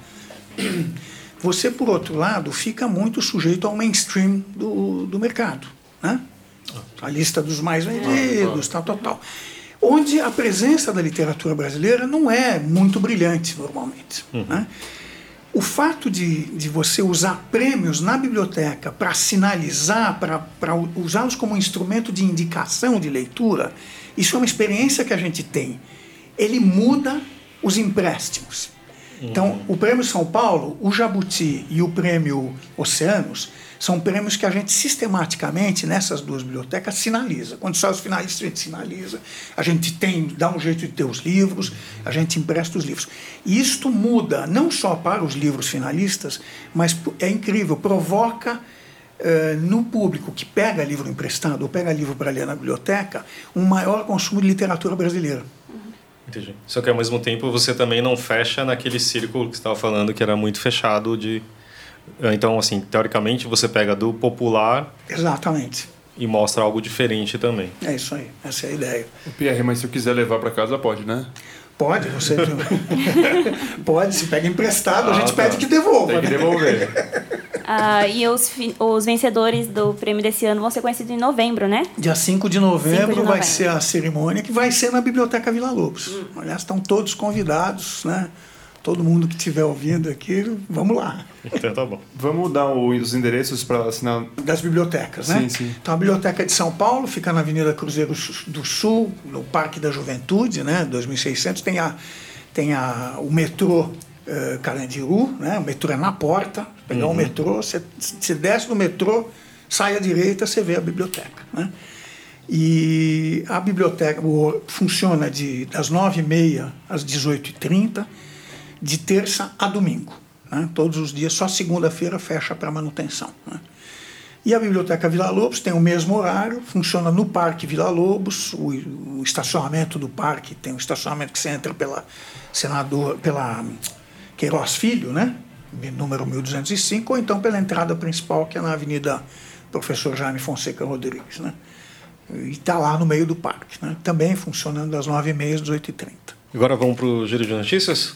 você, por outro lado, fica muito sujeito ao mainstream do, do mercado, né? A lista dos mais vendidos, tal, tal, tal. Onde a presença da literatura brasileira não é muito brilhante, normalmente. Uhum. Né? O fato de, de você usar prêmios na biblioteca para sinalizar, para usá-los como instrumento de indicação de leitura, isso é uma experiência que a gente tem. Ele muda os empréstimos. Então, o Prêmio São Paulo, o Jabuti e o Prêmio Oceanos são prêmios que a gente sistematicamente, nessas duas bibliotecas, sinaliza. Quando sai os finalistas, a gente sinaliza, a gente tem, dá um jeito de ter os livros, a gente empresta os livros. E isto muda não só para os livros finalistas, mas é incrível, provoca uh, no público que pega livro emprestado ou pega livro para ler na biblioteca, um maior consumo de literatura brasileira.
Entendi. Só que ao mesmo tempo você também não fecha naquele círculo que você estava falando que era muito fechado de... Então, assim, teoricamente você pega do popular...
Exatamente.
E mostra algo diferente também.
É isso aí, essa é a ideia.
Pierre, mas se eu quiser levar para casa, pode, né?
Pode, você... pode, se pega emprestado, ah, a gente tá. pede que devolva.
Tem que
né?
devolver.
Ah, e os, os vencedores do prêmio desse ano vão ser conhecidos em novembro, né?
Dia cinco de novembro,
cinco de novembro
vai ser a cerimônia, que vai ser na Biblioteca Vila Lobos. Hum. Aliás, estão todos convidados, né? Todo mundo que estiver ouvindo aqui, vamos lá.
Então tá bom.
Vamos dar os endereços para assinar...
Das bibliotecas, né?
Sim, sim.
Então a Biblioteca de São Paulo fica na Avenida Cruzeiro do Sul, no Parque da Juventude, né? dois mil e seiscentos. Tem, a, tem a, o metrô uh, Carandiru, né? O metrô é na porta. Pegar uhum. o metrô, você, você desce do metrô, sai à direita, você vê a biblioteca, né? E a biblioteca o, funciona de, das nove e meia às dezoito e trinta, de terça a domingo, né? Todos os dias, só segunda-feira fecha para manutenção, né? E a Biblioteca Vila Lobos tem o mesmo horário, funciona no Parque Vila Lobos, o, o estacionamento do parque tem um estacionamento que você entra pela Senador, pela Queiroz Filho, né? Número mil duzentos e cinco, ou então pela entrada principal, que é na Avenida Professor Jaime Fonseca Rodrigues, né? E está lá no meio do parque, né? Também funcionando das nove e meia às dezoito e trinta.
Agora vamos para o Giro de Notícias?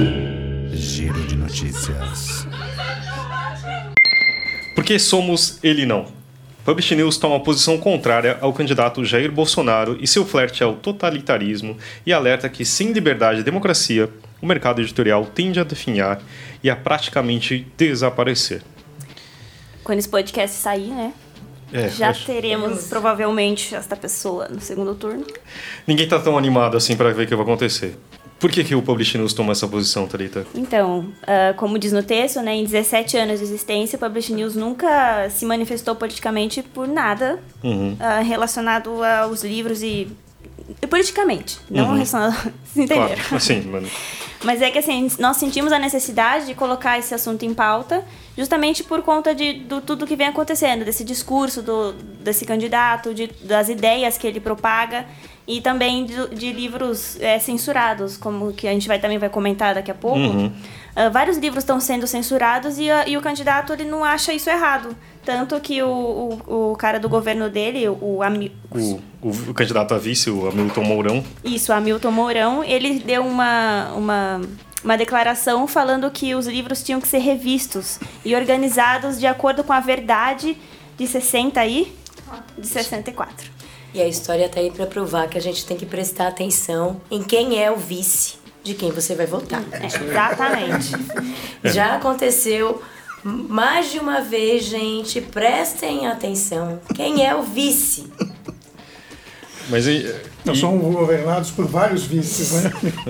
Giro de Notícias.
Por que somos ele não? Publish News toma uma posição contrária ao candidato Jair Bolsonaro e seu flerte ao totalitarismo e alerta que, sem liberdade e democracia, o mercado editorial tende a definhar e a praticamente desaparecer.
Quando esse podcast sair, né?
É,
Já
acho...
teremos, provavelmente, esta pessoa no segundo turno.
Ninguém tá tão animado assim para ver o que vai acontecer. Por que, que o Publish News toma essa posição, Thalita?
Então, uh, como diz no texto, né, em dezessete anos de existência, o Publish News nunca se manifestou politicamente por nada
Uhum.
uh, relacionado aos livros e... e politicamente, não
Uhum.
relacionado... Se entenderam?
Claro, assim, mano.
Mas é que assim, nós sentimos a necessidade de colocar esse assunto em pauta justamente por conta de do, tudo que vem acontecendo, desse discurso do, desse candidato, de, das ideias que ele propaga e também de, de livros é, censurados, como que a gente vai, também vai comentar daqui a pouco.
Uhum.
Uh, vários livros estão sendo censurados e, a, e o candidato ele não acha isso errado. Tanto que o, o, o cara do governo dele, o, Ami...
O, o, o candidato a vice, o Hamilton Mourão.
Isso, Hamilton Mourão, ele deu uma, uma, uma declaração falando que os livros tinham que ser revistos e organizados de acordo com a verdade de sessenta aí, de sessenta e quatro.
E a história tá aí para provar que a gente tem que prestar atenção em quem é o vice de quem você vai votar.
É, exatamente.
Já aconteceu mais de uma vez, gente, prestem atenção. Quem é o vice?
Mas e,
Nós
e,
somos governados por vários vices, né?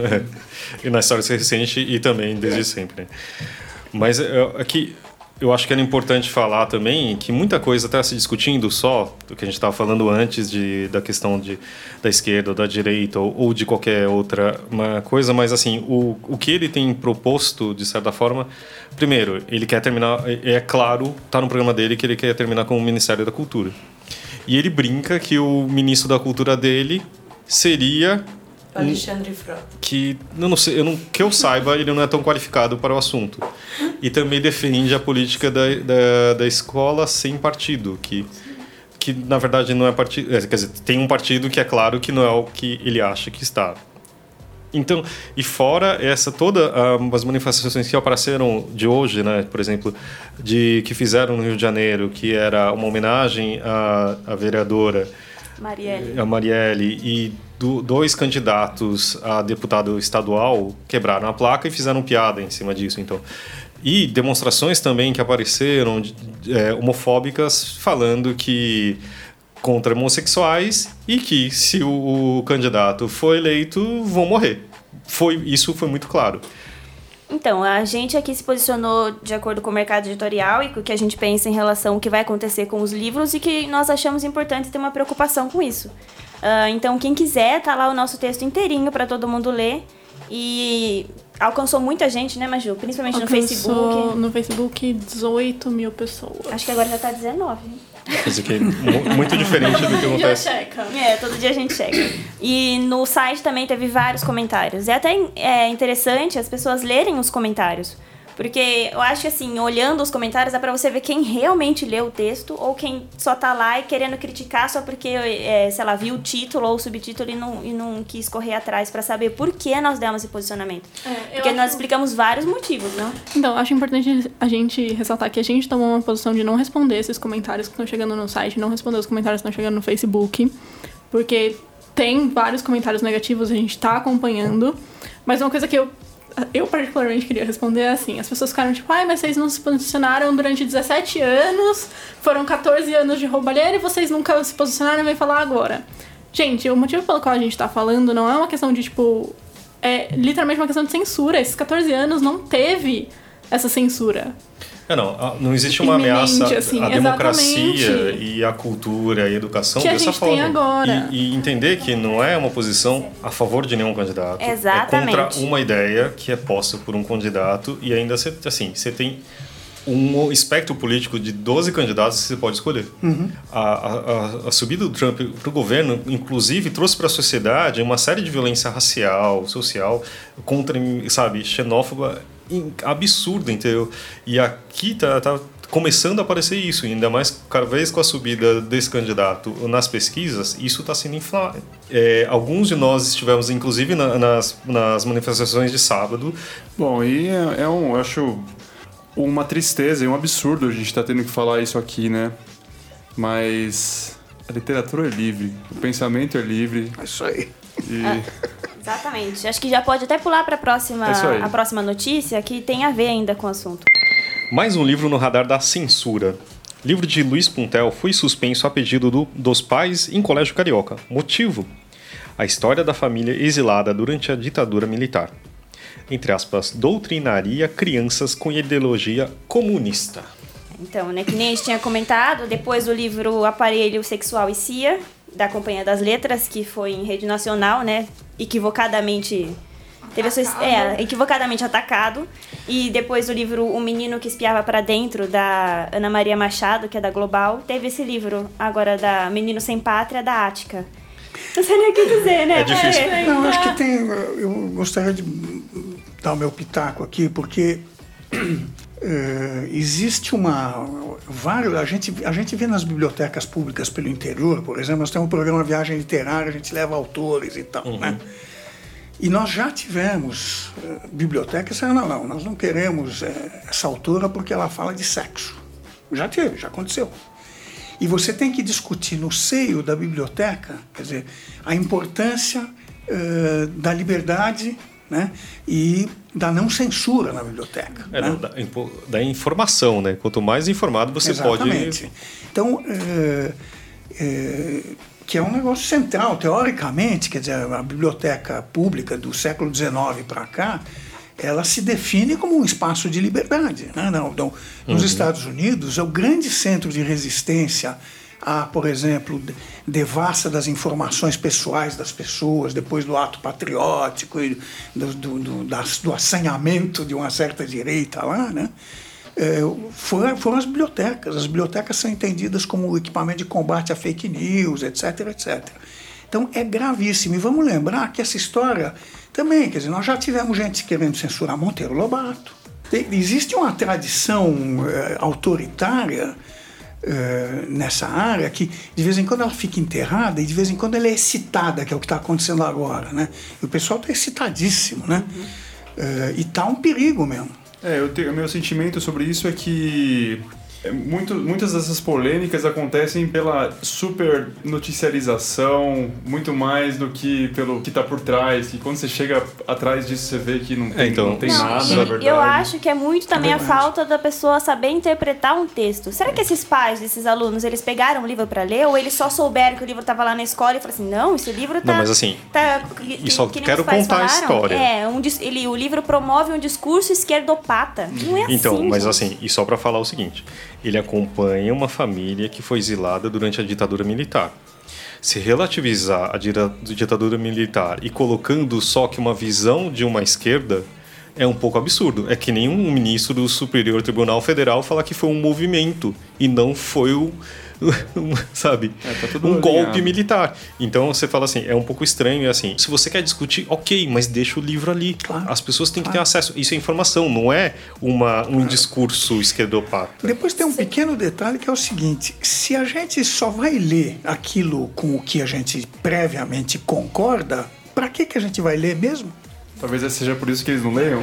e na história recente e também desde sempre. Mas aqui eu acho que era importante falar também que muita coisa está se discutindo só do que a gente estava falando antes de, da questão de, da esquerda ou da direita ou, ou de qualquer outra uma coisa, mas assim, o, o que ele tem proposto, de certa forma, primeiro, ele quer terminar, é claro, está no programa dele que ele quer terminar com o Ministério da Cultura. E ele brinca que o ministro da Cultura dele seria...
Alexandre Frota.
Que, eu não sei, eu não, que eu saiba, ele não é tão qualificado para o assunto. E também defende a política da, da, da escola sem partido, que, que na verdade não é partido. Quer dizer, tem um partido que é claro que não é o que ele acha que está. Então, e fora essa toda uh, as manifestações que apareceram de hoje, né, por exemplo, de que fizeram no Rio de Janeiro, que era uma homenagem à, à vereadora
Marielle.
a Marielle e do, dois candidatos a deputado estadual quebraram a placa e fizeram piada em cima disso, então. E demonstrações também que apareceram é, homofóbicas falando que contra homossexuais e que se o, o candidato for eleito vão morrer. Foi, isso foi muito claro.
Então, a gente aqui se posicionou de acordo com o mercado editorial e com o que a gente pensa em relação ao que vai acontecer com os livros e que nós achamos importante ter uma preocupação com isso. Uh, então, quem quiser, tá lá o nosso texto inteirinho para todo mundo ler. E alcançou muita gente, né, Maju? Principalmente
Alcançou
no Facebook.
No Facebook, dezoito mil pessoas.
Acho que agora já tá dezenove.
Quer dizer que é muito diferente do que acontece.
Já checa.
É, todo dia a gente chega. E no site também teve vários comentários. É até é, interessante as pessoas lerem os comentários. Porque eu acho que, assim, olhando os comentários, dá pra você ver quem realmente leu o texto ou quem só tá lá e querendo criticar só porque, é, sei lá, viu o título ou o subtítulo e não, e não quis correr atrás pra saber por que nós demos esse posicionamento.
É,
porque
acho...
nós explicamos vários motivos, não?
Então, acho importante a gente ressaltar que a gente tomou uma posição de não responder esses comentários que estão chegando no site, não responder os comentários que estão chegando no Facebook, porque tem vários comentários negativos, a gente tá acompanhando, mas uma coisa que eu Eu particularmente queria responder assim, as pessoas ficaram tipo, ai, mas vocês não se posicionaram durante dezessete anos, foram catorze anos de roubalheira e vocês nunca se posicionaram e vem falar agora. Gente, o motivo pelo qual a gente tá falando não é uma questão de, tipo, é literalmente uma questão de censura. Esses catorze anos não teve essa censura.
É, não, não existe uma
Iminente,
ameaça
assim,
à democracia
exatamente.
e à cultura e à educação
Que a
dessa
gente
forma.
tem agora.
E, e entender que não é uma posição a favor de nenhum candidato.
Exatamente.
É contra uma ideia que é posta por um candidato e ainda você, assim, você tem um espectro político de doze candidatos que você pode escolher.
Uhum.
A, a, a subida do Trump para o governo, inclusive, trouxe para a sociedade uma série de violência racial, social, contra, sabe, xenófoba, absurda, entendeu? E aqui tá, tá começando a aparecer isso, ainda mais cada vez com a subida desse candidato nas pesquisas, isso está sendo inflado. É, alguns de nós estivemos, inclusive, na, nas, nas manifestações de sábado.
Bom, e é, é um, eu acho uma tristeza e um absurdo a gente estar tá tendo que falar isso aqui, né? Mas a literatura é livre, o pensamento é livre.
É isso aí.
E...
Ah, exatamente. Acho que já pode até pular para a próxima, a próxima notícia, que tem a ver ainda com o assunto.
Mais um livro no radar da censura. Livro de Luiz Puntel foi suspenso a pedido do, dos pais em colégio carioca. Motivo? A história da família exilada durante a ditadura militar. Entre aspas, doutrinaria crianças com ideologia comunista.
Então, né, que nem a gente tinha comentado, depois do livro Aparelho Sexual e C I A, da Companhia das Letras, que foi em rede nacional, né, equivocadamente... Teve a sua, é, equivocadamente atacado. E depois do livro O Menino que Espiava para Dentro, da Ana Maria Machado, que é da Global, teve esse livro agora da Menino Sem Pátria, da Ática. Não sei nem o que dizer, né?
É difícil.
É.
Não, acho que tem... Eu gostaria de dar o meu pitaco aqui, porque é, existe uma... Vários, a, gente, a gente vê nas bibliotecas públicas pelo interior, por exemplo, nós temos um programa Viagem Literária, a gente leva autores e tal, uhum. né? E nós já tivemos uh, bibliotecas que não, não, nós não queremos uh, essa autora porque ela fala de sexo. Já teve, já aconteceu. E você tem que discutir no seio da biblioteca, quer dizer, a importância uh, da liberdade, né, e da não censura na biblioteca.
É,
né?
da, da informação, né? Quanto mais informado você
Exatamente.
pode...
Então, uh, uh, que é um negócio central, teoricamente, quer dizer, a biblioteca pública do século dezenove para cá, ela se define como um espaço de liberdade. Né? Não, então, nos uhum. Estados Unidos, é o grande centro de resistência a, por exemplo, devassa das informações pessoais das pessoas, depois do ato patriótico e do, do, do, das, do assanhamento de uma certa direita lá, né? É, foram, foram as bibliotecas. As bibliotecas são entendidas como equipamento de combate a fake news, etc, etcétera. Então é gravíssimo. E vamos lembrar que essa história também, quer dizer, nós já tivemos gente querendo censurar Monteiro Lobato. Tem, existe uma tradição é, autoritária é, nessa área que de vez em quando ela fica enterrada e de vez em quando ela é excitada, que é o que está acontecendo agora, né? E o pessoal está excitadíssimo, né? Uhum. É, e está um perigo mesmo.
É, eu tenho, meu sentimento sobre isso é que muito, muitas dessas polêmicas acontecem pela super noticiarização, muito mais do que pelo que está por trás. E quando você chega atrás disso, você vê que não tem, é, então, não tem não, nada, na verdade.
Eu acho que é muito também é a falta da pessoa saber interpretar um texto. Será que esses pais desses alunos, eles pegaram o livro para ler ou eles só souberam que o livro estava lá na escola e falaram assim, não, esse livro tá...
Não, mas assim,
tá,
e só que quero contar falaram, a história.
É, um, ele, o livro promove um discurso esquerdopata. Não é assim,
Então, mas
gente.
assim, e só para falar o seguinte... Ele acompanha uma família que foi exilada durante a ditadura militar. Se relativizar a ditadura militar e colocando só que uma visão de uma esquerda é um pouco absurdo. É que nem um ministro do Superior Tribunal Federal falar que foi um movimento e não foi o... sabe, é, tá tudo um alinhado. Golpe militar. Então você fala assim, é um pouco estranho, é assim, se você quer discutir, ok, mas deixa o livro ali. Claro, as pessoas têm claro. que ter acesso. Isso é informação, não é uma, um claro. discurso esquerdopata.
Depois tem um pequeno detalhe que é o seguinte, se a gente só vai ler aquilo com o que a gente previamente concorda, para que, que a gente vai ler mesmo?
Talvez seja por isso que eles não leiam.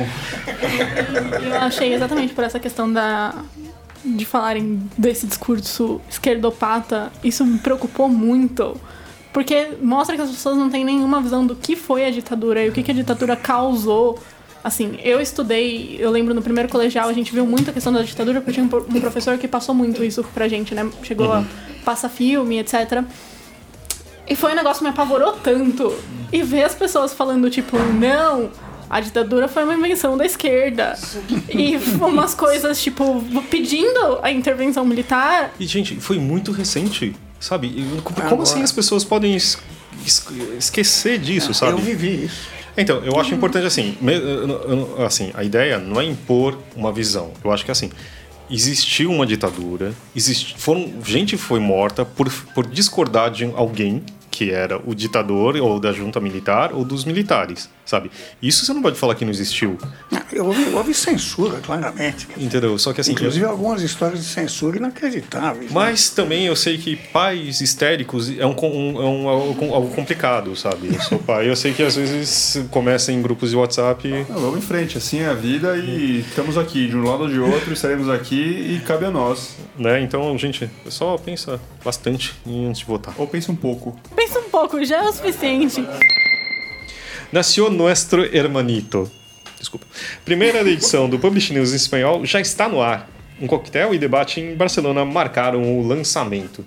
Eu achei exatamente por essa questão da... de falarem desse discurso esquerdopata, isso me preocupou muito, porque mostra que as pessoas não têm nenhuma visão do que foi a ditadura e o que, que a ditadura causou. Assim, eu estudei, eu lembro no primeiro colegial a gente viu muito a questão da ditadura, porque tinha um professor que passou muito isso pra gente, né? Chegou uhum. a passar filme, etcétera. E foi um negócio que me apavorou tanto. E ver as pessoas falando, tipo, não... A ditadura foi uma invenção da esquerda. E umas coisas, tipo, pedindo a intervenção militar.
E, gente, foi muito recente, sabe? Como Agora. assim as pessoas podem es- es- esquecer disso, sabe?
Eu vivi isso.
Então, eu acho importante, assim, assim, a ideia não é impor uma visão. Eu acho que, assim, existiu uma ditadura, exist, foram, gente foi morta por, por discordar de alguém que era o ditador ou da junta militar ou dos militares, sabe? Isso você não pode falar que não existiu.
Houve, houve censura, claramente.
Entendeu? Só que assim...
Inclusive eu... algumas histórias de censura inacreditáveis.
Mas
né?
também eu sei que pais histéricos é um, um, é um, algo, algo complicado, sabe? Eu sou pai, eu sei que às vezes começa em grupos de WhatsApp...
Não, vamos em frente, assim é a vida e estamos aqui, de um lado ou de outro, estaremos aqui e cabe a nós.
Né? Então, gente, só pensa bastante antes de votar.
Ou pensa um pouco.
Pensa um pouco, já é o suficiente.
Nació nuestro hermanito. Desculpa. Primeira edição do Publish News em espanhol já está no ar. Um coquetel e debate em Barcelona marcaram o lançamento.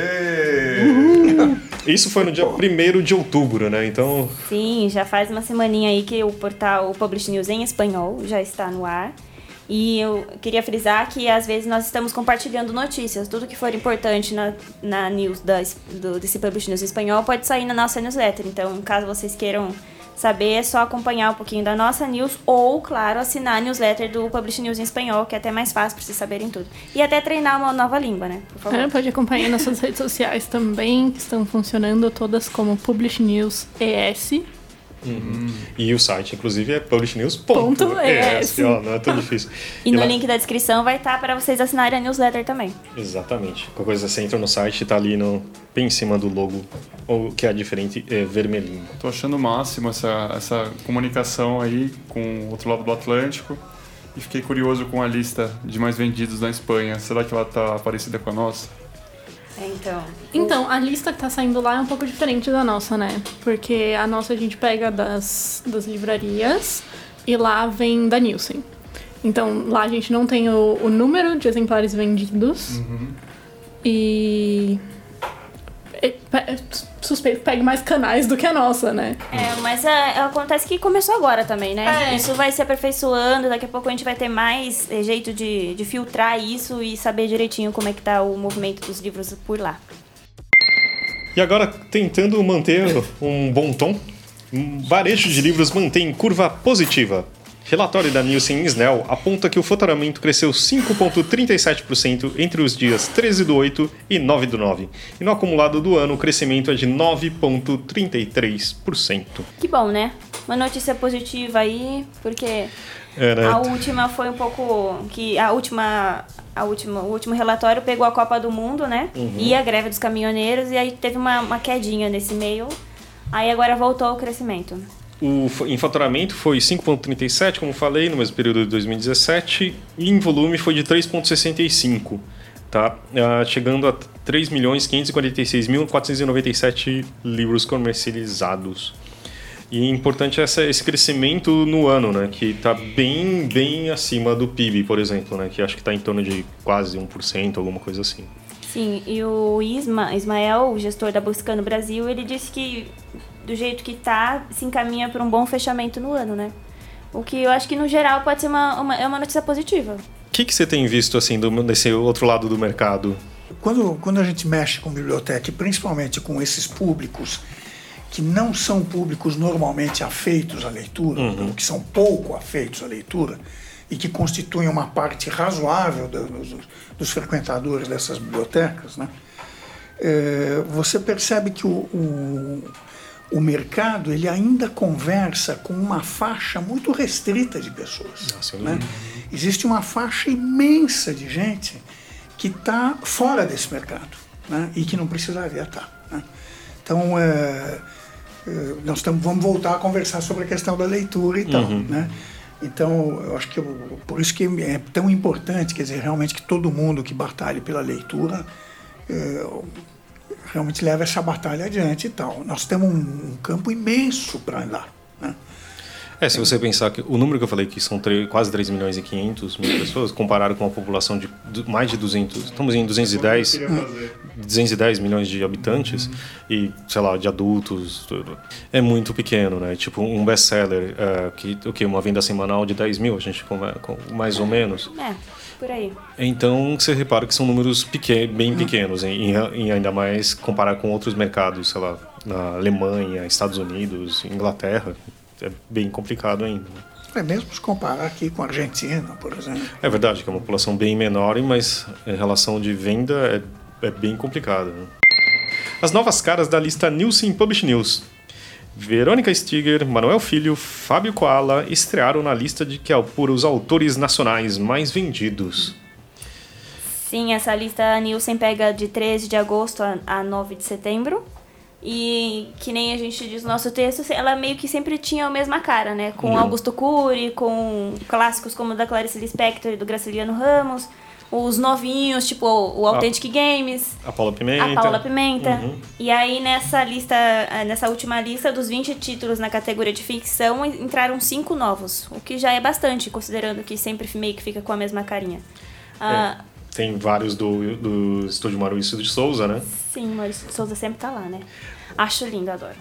Isso foi no dia primeiro de outubro, né? Então...
Sim, já faz uma semaninha aí que o portal Publish News em espanhol já está no ar. E eu queria frisar que às vezes nós estamos compartilhando notícias. Tudo que for importante na, na news da, do, desse Publish News em espanhol pode sair na nossa newsletter. Então, caso vocês queiram saber, é só acompanhar um pouquinho da nossa news ou, claro, assinar a newsletter do Publish News em espanhol, que é até mais fácil para vocês saberem tudo. E até treinar uma nova língua, né? Por favor.
É, pode acompanhar nossas redes sociais também, que estão funcionando todas como Publish News E S.
Uhum. E o site, inclusive, é publishnews ponto e s. Ó, não é tão difícil.
E no
lá...
link da descrição vai estar para vocês assinarem a newsletter também.
Exatamente. Qualquer coisa, você entra no site, tá ali no, bem em cima do logo, ou que é diferente, é vermelhinho.
Tô achando o máximo essa, essa comunicação aí com o outro lado do Atlântico. E fiquei curioso com a lista de mais vendidos na Espanha. Será que ela tá parecida com a nossa?
Então,
então, a lista que tá saindo lá é um pouco diferente da nossa, né? Porque a nossa a gente pega das, das livrarias e lá vem da Nielsen. Então, lá a gente não tem o, o número de exemplares vendidos.
Uhum.
E... suspeito que pegue mais canais do que a nossa, né?
É, mas é, acontece que começou agora também, né?
É.
Isso vai se aperfeiçoando, daqui a pouco a gente vai ter mais é, jeito de, de filtrar isso e saber direitinho como é que tá o movimento dos livros por lá.
E agora, tentando manter um bom tom, um varejo de livros mantém curva positiva. Relatório da Nielsen Snell aponta que o faturamento cresceu cinco vírgula trinta e sete por cento entre os dias treze do oito e nove do nove. E no acumulado do ano, o crescimento é de nove vírgula trinta e três por cento.
Que bom, né? Uma notícia positiva aí, porque
é, né?
a última foi um pouco... que a última... A última, o último relatório pegou a Copa do Mundo, né?
Uhum.
E a greve dos caminhoneiros, e aí teve uma, uma quedinha nesse meio. Aí agora voltou ao crescimento.
O, em faturamento foi cinco vírgula trinta e sete, como falei, no mesmo período de dois mil e dezessete, e em volume foi de três vírgula sessenta e cinco, tá? Uh, chegando a três milhões quinhentos e quarenta e seis mil quatrocentos e noventa e sete livros comercializados. E é importante essa, esse crescimento no ano, né? Que está bem, bem acima do P I B, por exemplo, né? Que acho que está em torno de quase um por cento, alguma coisa assim.
Sim, e o Isma, Ismael, o gestor da Buscando Brasil, ele disse que do jeito que tá, se encaminha para um bom fechamento no ano, né? O que eu acho que no geral pode ser uma, uma, é uma notícia positiva.
O que, que você tem visto assim do, desse outro lado do mercado?
Quando, quando a gente mexe com biblioteca, e principalmente com esses públicos que não são públicos normalmente afeitos à leitura, uhum. que são pouco afeitos à leitura, e que constituem uma parte razoável dos, dos frequentadores dessas bibliotecas, né? É, você percebe que o, o, o mercado ele ainda conversa com uma faixa muito restrita de pessoas. Nossa, né? Existe uma faixa imensa de gente que está fora desse mercado, né? E que não precisaria estar. Né? Então, é, é, nós tamo, vamos voltar a conversar sobre a questão da leitura e tal,
uhum.
né? Então, eu acho que eu, por isso que é tão importante, quer dizer, realmente que todo mundo que batalhe pela leitura é, realmente leve essa batalha adiante e tal. Nós temos um, um campo imenso para andar, né?
É, se você pensar que o número que eu falei que são três, quase três milhões e quinhentos mil pessoas, comparado com uma população de, de mais de duzentos, estamos em duzentos e dez, duzentos e dez milhões de habitantes, uhum. e, sei lá, de adultos, tudo. É muito pequeno, né? Tipo, um best-seller, é, que, o que, uma venda semanal de dez mil, a gente com, com, mais ou menos.
É, por aí.
Então, você repara que são números pequen, bem pequenos, em, em ainda mais comparar com outros mercados, sei lá, na Alemanha, Estados Unidos, Inglaterra. É bem complicado ainda.
É mesmo se comparar aqui com a Argentina, por exemplo.
É verdade que é uma população bem menor, mas em relação de venda é, é bem complicado. Né? as novas caras da lista Nielsen Publish News. Verônica Stiger, Manuel Filho, Fábio Koala estrearam na lista de que por os autores nacionais mais vendidos.
Sim, essa lista a Nielsen pega de treze de agosto a, a nove de setembro. E que nem a gente diz no nosso texto, ela meio que sempre tinha a mesma cara, né? Com
Uhum.
Augusto Cury, com clássicos como o da Clarice Lispector e do Graciliano Ramos, os novinhos, tipo o Authentic ah, Games,
a Paula Pimenta.
A Paula Pimenta.
Uhum.
E aí nessa lista, nessa última lista, dos vinte títulos na categoria de ficção, entraram cinco novos, o que já é bastante, considerando que sempre meio que fica com a mesma carinha. Ah,
é. Tem vários do, do estúdio Maurício de Souza, né?
Sim, Maurício de Souza sempre tá lá, né? Acho lindo, adoro.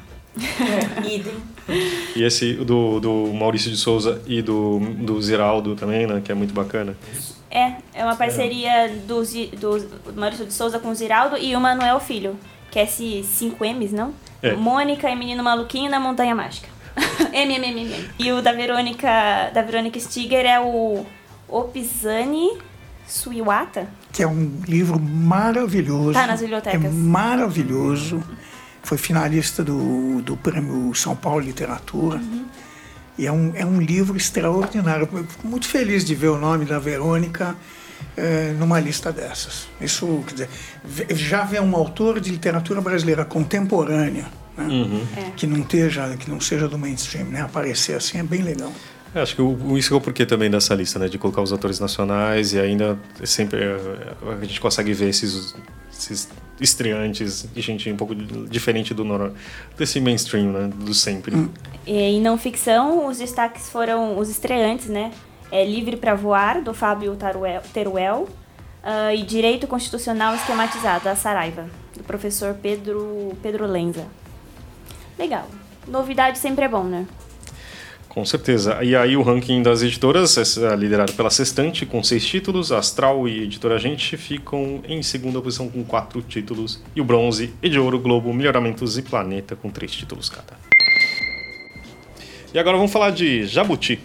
É, idem.
E esse do, do Maurício de Souza e do, do Ziraldo também, né? Que é muito bacana.
É, é uma parceria é. Do, do, do Maurício de Souza com o Ziraldo e o Manuel Filho, que é esse cinco M's, não?
É.
Mônica e Menino Maluquinho na Montanha Mágica. M, M, M, M. E o da Verônica, da Verônica Stiger é o Opisani Suiwata.
Que é um livro maravilhoso.
Tá nas bibliotecas.
É maravilhoso. Foi finalista do, do Prêmio São Paulo Literatura. Uhum. E é um, é um livro extraordinário. Eu fico muito feliz de ver o nome da Verônica é, numa lista dessas. Isso, quer dizer, já ver um autor de literatura brasileira contemporânea, né? Uhum. É. que, não esteja, que não seja do mainstream, né? Aparecer assim é bem legal.
É, acho que o, isso é o porquê também dessa lista, né? De colocar os autores nacionais e ainda sempre a gente consegue ver esses, esses estreantes e gente um pouco diferente do desse mainstream, né? Do sempre. Hum.
E em não ficção, os destaques foram os estreantes, né? É Livre para Voar, do Fábio Taruel, Teruel, uh, e Direito Constitucional Esquematizado, a Saraiva, do professor Pedro, Pedro Lenza. Legal. Novidade sempre é bom, né?
Com certeza. E aí o ranking das editoras é liderado pela Sextante, com seis títulos. Astral e Editora Gente ficam em segunda posição com quatro títulos. E o Bronze e de Ouro, Globo, Melhoramentos e Planeta com três títulos cada. E agora vamos falar de Jabuti.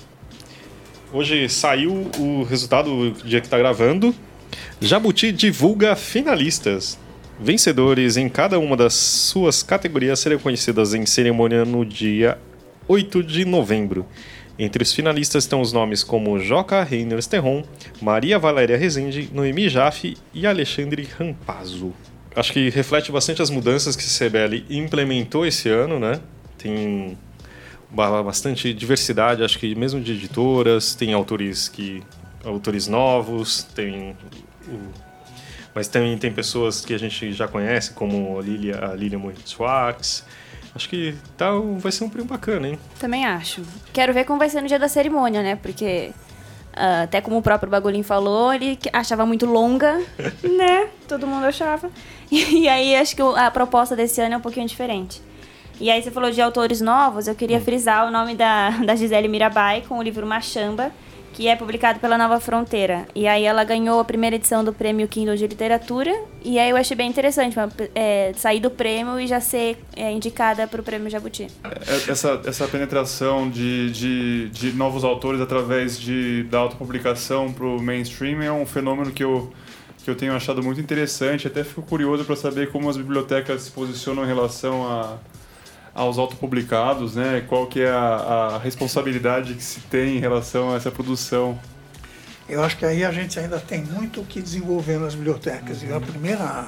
Hoje saiu o resultado do dia que está gravando. Jabuti divulga finalistas. Vencedores em cada uma das suas categorias serão conhecidas em cerimônia no dia oito de novembro. Entre os finalistas estão os nomes como Joca Reiner Terron, Maria Valéria Rezende, Noemi Jaffe e Alexandre Rampazzo. Acho que reflete bastante as mudanças que a C B L implementou esse ano, né? Tem bastante diversidade, acho que mesmo de editoras, tem autores que autores novos, tem o, mas também tem pessoas que a gente já conhece, como a Lilia, a Lilia Moritz-Schwartz. Acho que tá, vai ser um prêmio bacana, hein?
Também acho. Quero ver como vai ser no dia da cerimônia, né? Porque, uh, até como o próprio Bagulhinho falou, ele achava muito longa, né? Todo mundo achava. E, e aí, acho que a proposta desse ano é um pouquinho diferente. E aí, você falou de autores novos, eu queria frisar o nome da, da Gisele Mirabai com o livro Machamba, que é publicado pela Nova Fronteira. E aí ela ganhou a primeira edição do Prêmio Kindle de Literatura. E aí eu achei bem interessante é, sair do prêmio e já ser é, indicada para o Prêmio Jabuti.
Essa, essa penetração de, de, de novos autores através de, da autopublicação para o mainstream é um fenômeno que eu, que eu tenho achado muito interessante. Até fico curioso para saber como as bibliotecas se posicionam em relação a... aos autopublicados, né? Qual que é a, a responsabilidade que se tem em relação a essa produção?
Eu acho que aí a gente ainda tem muito o que desenvolver nas bibliotecas. Uhum. E a primeira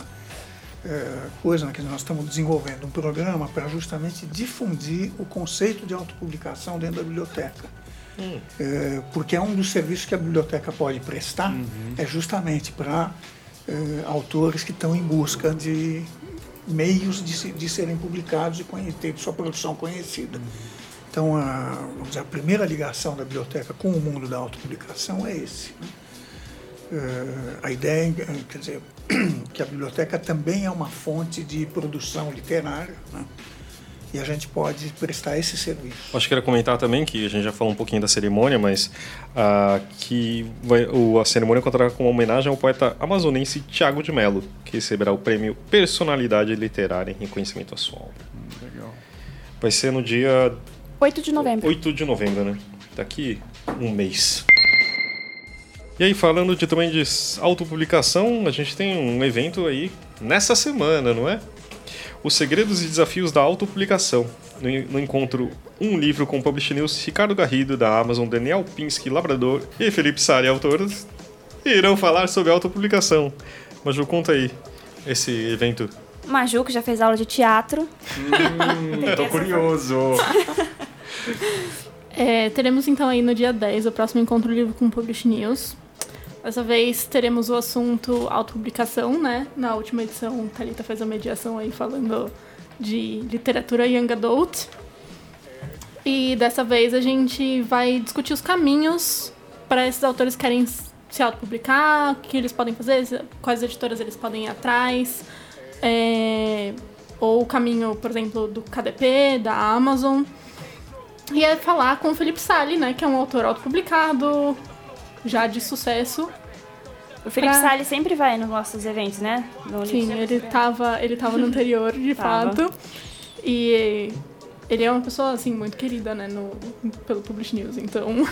é, coisa, né, que nós estamos desenvolvendo um programa para justamente difundir o conceito de autopublicação dentro da biblioteca. Uhum. É, porque é um dos serviços que a biblioteca pode prestar, uhum. é justamente para é, autores que estão em busca de meios de, de serem publicados e ter sua produção conhecida. Então, a, vamos dizer, a primeira ligação da biblioteca com o mundo da autopublicação é esse. Né? Uh, a ideia, quer dizer, que a biblioteca também é uma fonte de produção literária, né? E a gente pode prestar esse serviço.
Acho que queria comentar também, que a gente já falou um pouquinho da cerimônia, mas uh, que vai, o, a cerimônia contará com uma homenagem ao poeta amazonense Tiago de Mello, que receberá o prêmio Personalidade Literária em reconhecimento à sua obra. Legal. Vai ser no dia...
oito de novembro.
oito de novembro, né? Daqui um mês. E aí, falando de, também de autopublicação, a gente tem um evento aí nessa semana, não é? Os Segredos e Desafios da Autopublicação. No, no encontro Um Livro com o Publish News, Ricardo Garrido, da Amazon, Daniel Pinsky, Labrador, e Felipe Sari, autores, irão falar sobre autopublicação. Maju, conta aí esse evento.
Maju, que já fez aula de teatro.
Hum, tô curioso.
É, teremos então aí no dia dez o próximo encontro livro com o Publish News. Dessa vez teremos o assunto autopublicação, né? Na última edição, Thalita fez a mediação aí falando de literatura young adult. E dessa vez a gente vai discutir os caminhos para esses autores que querem se autopublicar, o que eles podem fazer, quais editoras eles podem ir atrás. É, ou o caminho, por exemplo, do K D P, da Amazon. E é falar com o Felipe Sali, né? Que é um autor autopublicado, já de sucesso.
O Felipe
pra...
Sali sempre vai nos nossos eventos, né? No
Sim, ele tava, ele tava no anterior, de fato. E ele é uma pessoa, assim, muito querida, né? No, pelo Publish News, então...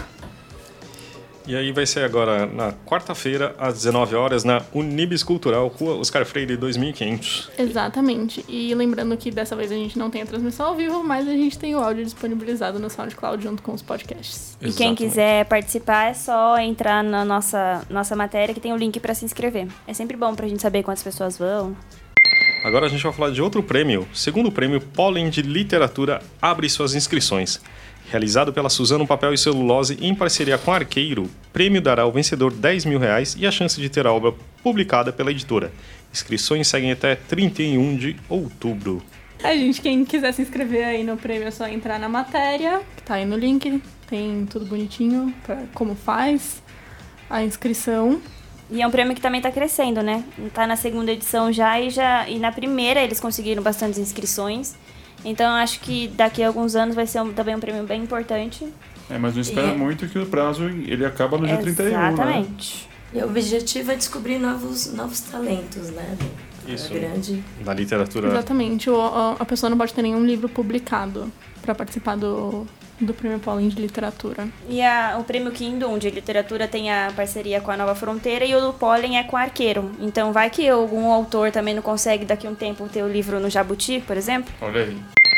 E aí vai ser agora na quarta-feira, às dezenove horas, na Unibis Cultural, Rua Oscar Freire dois mil e quinhentos.
Exatamente. E lembrando que dessa vez a gente não tem a transmissão ao vivo, mas a gente tem o áudio disponibilizado no SoundCloud junto com os podcasts.
E quem quiser participar é só entrar na nossa, nossa matéria que tem o link para se inscrever. É sempre bom pra gente saber quantas pessoas vão.
Agora a gente vai falar de outro prêmio. Segundo prêmio Pólen de Literatura abre suas inscrições. Realizado pela Suzano Papel e Celulose em parceria com a Arqueiro, o prêmio dará ao vencedor dez mil reais e a chance de ter a obra publicada pela editora. Inscrições seguem até trinta e um de outubro.
A gente, quem quiser se inscrever aí no prêmio é só entrar na matéria, que tá aí no link, tem tudo bonitinho pra como faz a inscrição.
E é um prêmio que também tá crescendo, né? Tá na segunda edição já e, já, e na primeira eles conseguiram bastantes inscrições. Então, eu acho que daqui a alguns anos vai ser um, também um prêmio bem importante.
É, mas não espera
e...
muito que o prazo ele acaba no dia
Exatamente.
trinta e um,
Exatamente.
Né?
E o objetivo é descobrir novos, novos talentos, né?
Isso,
grande...
na literatura.
Exatamente. O, a, a pessoa não pode ter nenhum livro publicado para participar do, do Prêmio Pólen de Literatura.
E a, o Prêmio Kindle de Literatura tem a parceria com a Nova Fronteira e o do Pólen é com a Arqueiro. Então, vai que algum autor também não consegue daqui a um tempo ter o livro no Jabuti, por exemplo?
Olha aí.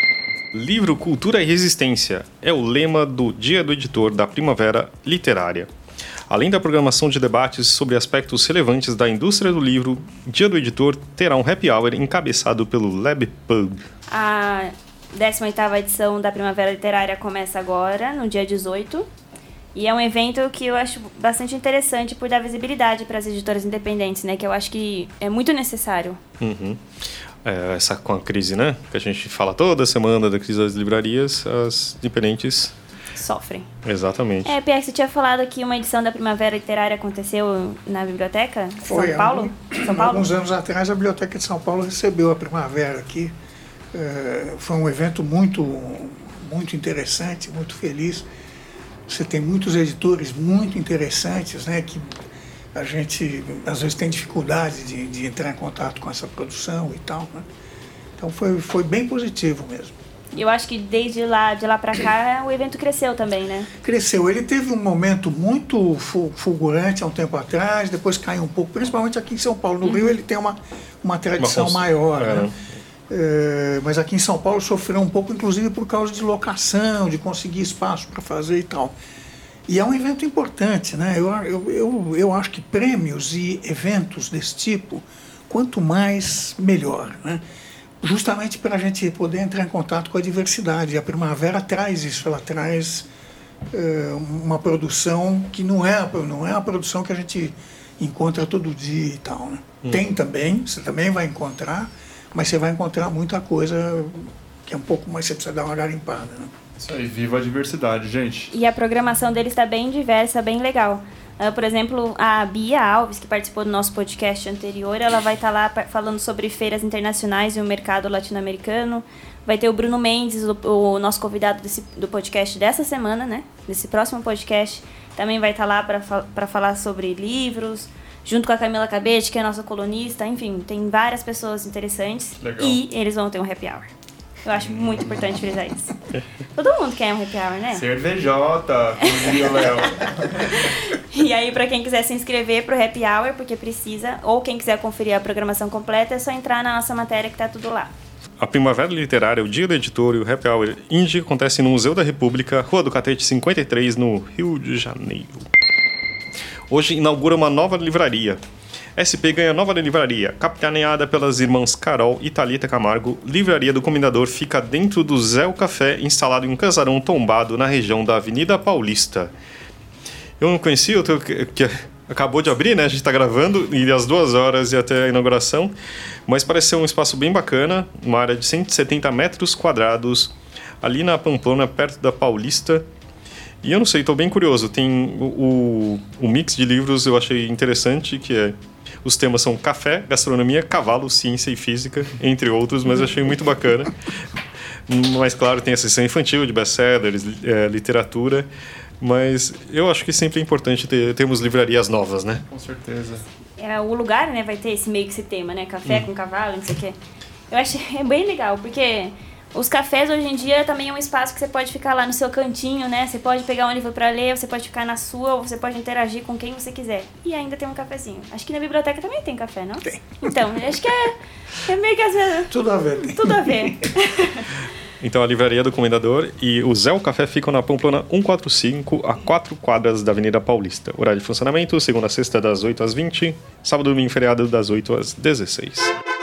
Livro, Cultura e Resistência é o lema do Dia do Editor da Primavera Literária. Além da programação de debates sobre aspectos relevantes da indústria do livro, Dia do Editor terá um happy hour encabeçado pelo Lab Pub.
A décima oitava edição da Primavera Literária começa agora, no dia dezoito. E é um evento que eu acho bastante interessante por dar visibilidade para as editoras independentes, né? Que eu acho que é muito necessário.
Uhum. É, essa com a crise, né? Que a gente fala toda semana da crise das livrarias, as independentes...
Sofrem.
Exatamente.
É, Pierre, você tinha falado que uma edição da Primavera Literária aconteceu na biblioteca de
Foi,
São Paulo?
Algum,
São Paulo?
Alguns anos atrás, a Biblioteca de São Paulo recebeu a Primavera aqui. É, foi um evento muito, muito interessante, muito feliz. Você tem muitos editores muito interessantes, né, que a gente às vezes tem dificuldade de, de entrar em contato com essa produção e tal, né? Então foi, foi bem positivo mesmo.
Eu acho que desde lá, de lá para cá o evento cresceu também, né?
Cresceu. Ele teve um momento muito fulgurante há um tempo atrás, depois caiu um pouco, principalmente aqui em São Paulo. No uhum. Rio ele tem uma, uma tradição uma maior, é. né? É, mas aqui em São Paulo sofreu um pouco, inclusive por causa de locação, de conseguir espaço para fazer e tal. E é um evento importante, né? Eu, eu, eu, eu acho que prêmios e eventos desse tipo, quanto mais, melhor, né? Justamente para a gente poder entrar em contato com a diversidade. E a Primavera traz isso, ela traz é, uma produção que não é, não é a produção que a gente encontra todo dia e tal, né? Hum. Tem também, você também vai encontrar, mas você vai encontrar muita coisa que é um pouco mais, você precisa dar uma garimpada, né?
Isso aí, viva a diversidade, gente.
E a programação deles está bem diversa, bem legal. Uh, por exemplo, a Bia Alves, que participou do nosso podcast anterior, ela vai estar tá lá falando sobre feiras internacionais e o mercado latino-americano. Vai ter o Bruno Mendes, o, o nosso convidado desse, do podcast dessa semana, né? Desse próximo podcast. Também vai estar tá lá para fa- falar sobre livros, junto com a Camila Cabete, que é a nossa colunista. Enfim, tem várias pessoas interessantes.
Legal.
E eles vão ter um happy hour. Eu acho muito importante frisar isso. Todo mundo quer um happy hour, né?
Cervejota, como diria o Léo.
E aí, pra quem quiser se inscrever pro happy hour, porque precisa, ou quem quiser conferir a programação completa, é só entrar na nossa matéria que tá tudo lá.
A Primavera Literária, o Dia do Editor e o Happy Hour Indie acontecem no Museu da República, Rua do Catete cinquenta e três, no Rio de Janeiro. Hoje inaugura uma nova livraria. S P ganha nova livraria, capitaneada pelas irmãs Carol e Thalita Camargo. Livraria do Comendador fica dentro do Zé o Café, instalado em um casarão tombado na região da Avenida Paulista. Eu não conhecia, eu tô, que acabou de abrir, né? A gente está gravando, e às duas horas e até a inauguração. Mas parece ser um espaço bem bacana, uma área de cento e setenta metros quadrados, ali na Pamplona, perto da Paulista. E eu não sei, estou bem curioso. Tem o, o, o mix de livros eu achei interessante, que é... Os temas são café, gastronomia, cavalo, ciência e física, entre outros, mas eu achei muito bacana. Mas, claro, tem a seção infantil de best-sellers, é, literatura, mas eu acho que sempre é importante ter, termos livrarias novas, né?
Com certeza.
É, o lugar, né, vai ter esse meio que esse tema, né? Café hum. com cavalo, não sei o quê. Eu acho é bem legal, porque... Os cafés hoje em dia também é um espaço que você pode ficar lá no seu cantinho, né? Você pode pegar um livro para ler, você pode ficar na sua, ou você pode interagir com quem você quiser. E ainda tem um cafezinho. Acho que na biblioteca também tem café, não?
Tem.
Então, acho que é, é meio que... Essa,
tudo a ver.
Tudo a ver.
Então, a Livraria do Comendador e o Zé o Café ficam na Pamplona cento e quarenta e cinco, a quatro quadras da Avenida Paulista. Horário de funcionamento, segunda a sexta, das oito às vinte, sábado, domingo e feriado, das oito às dezesseis.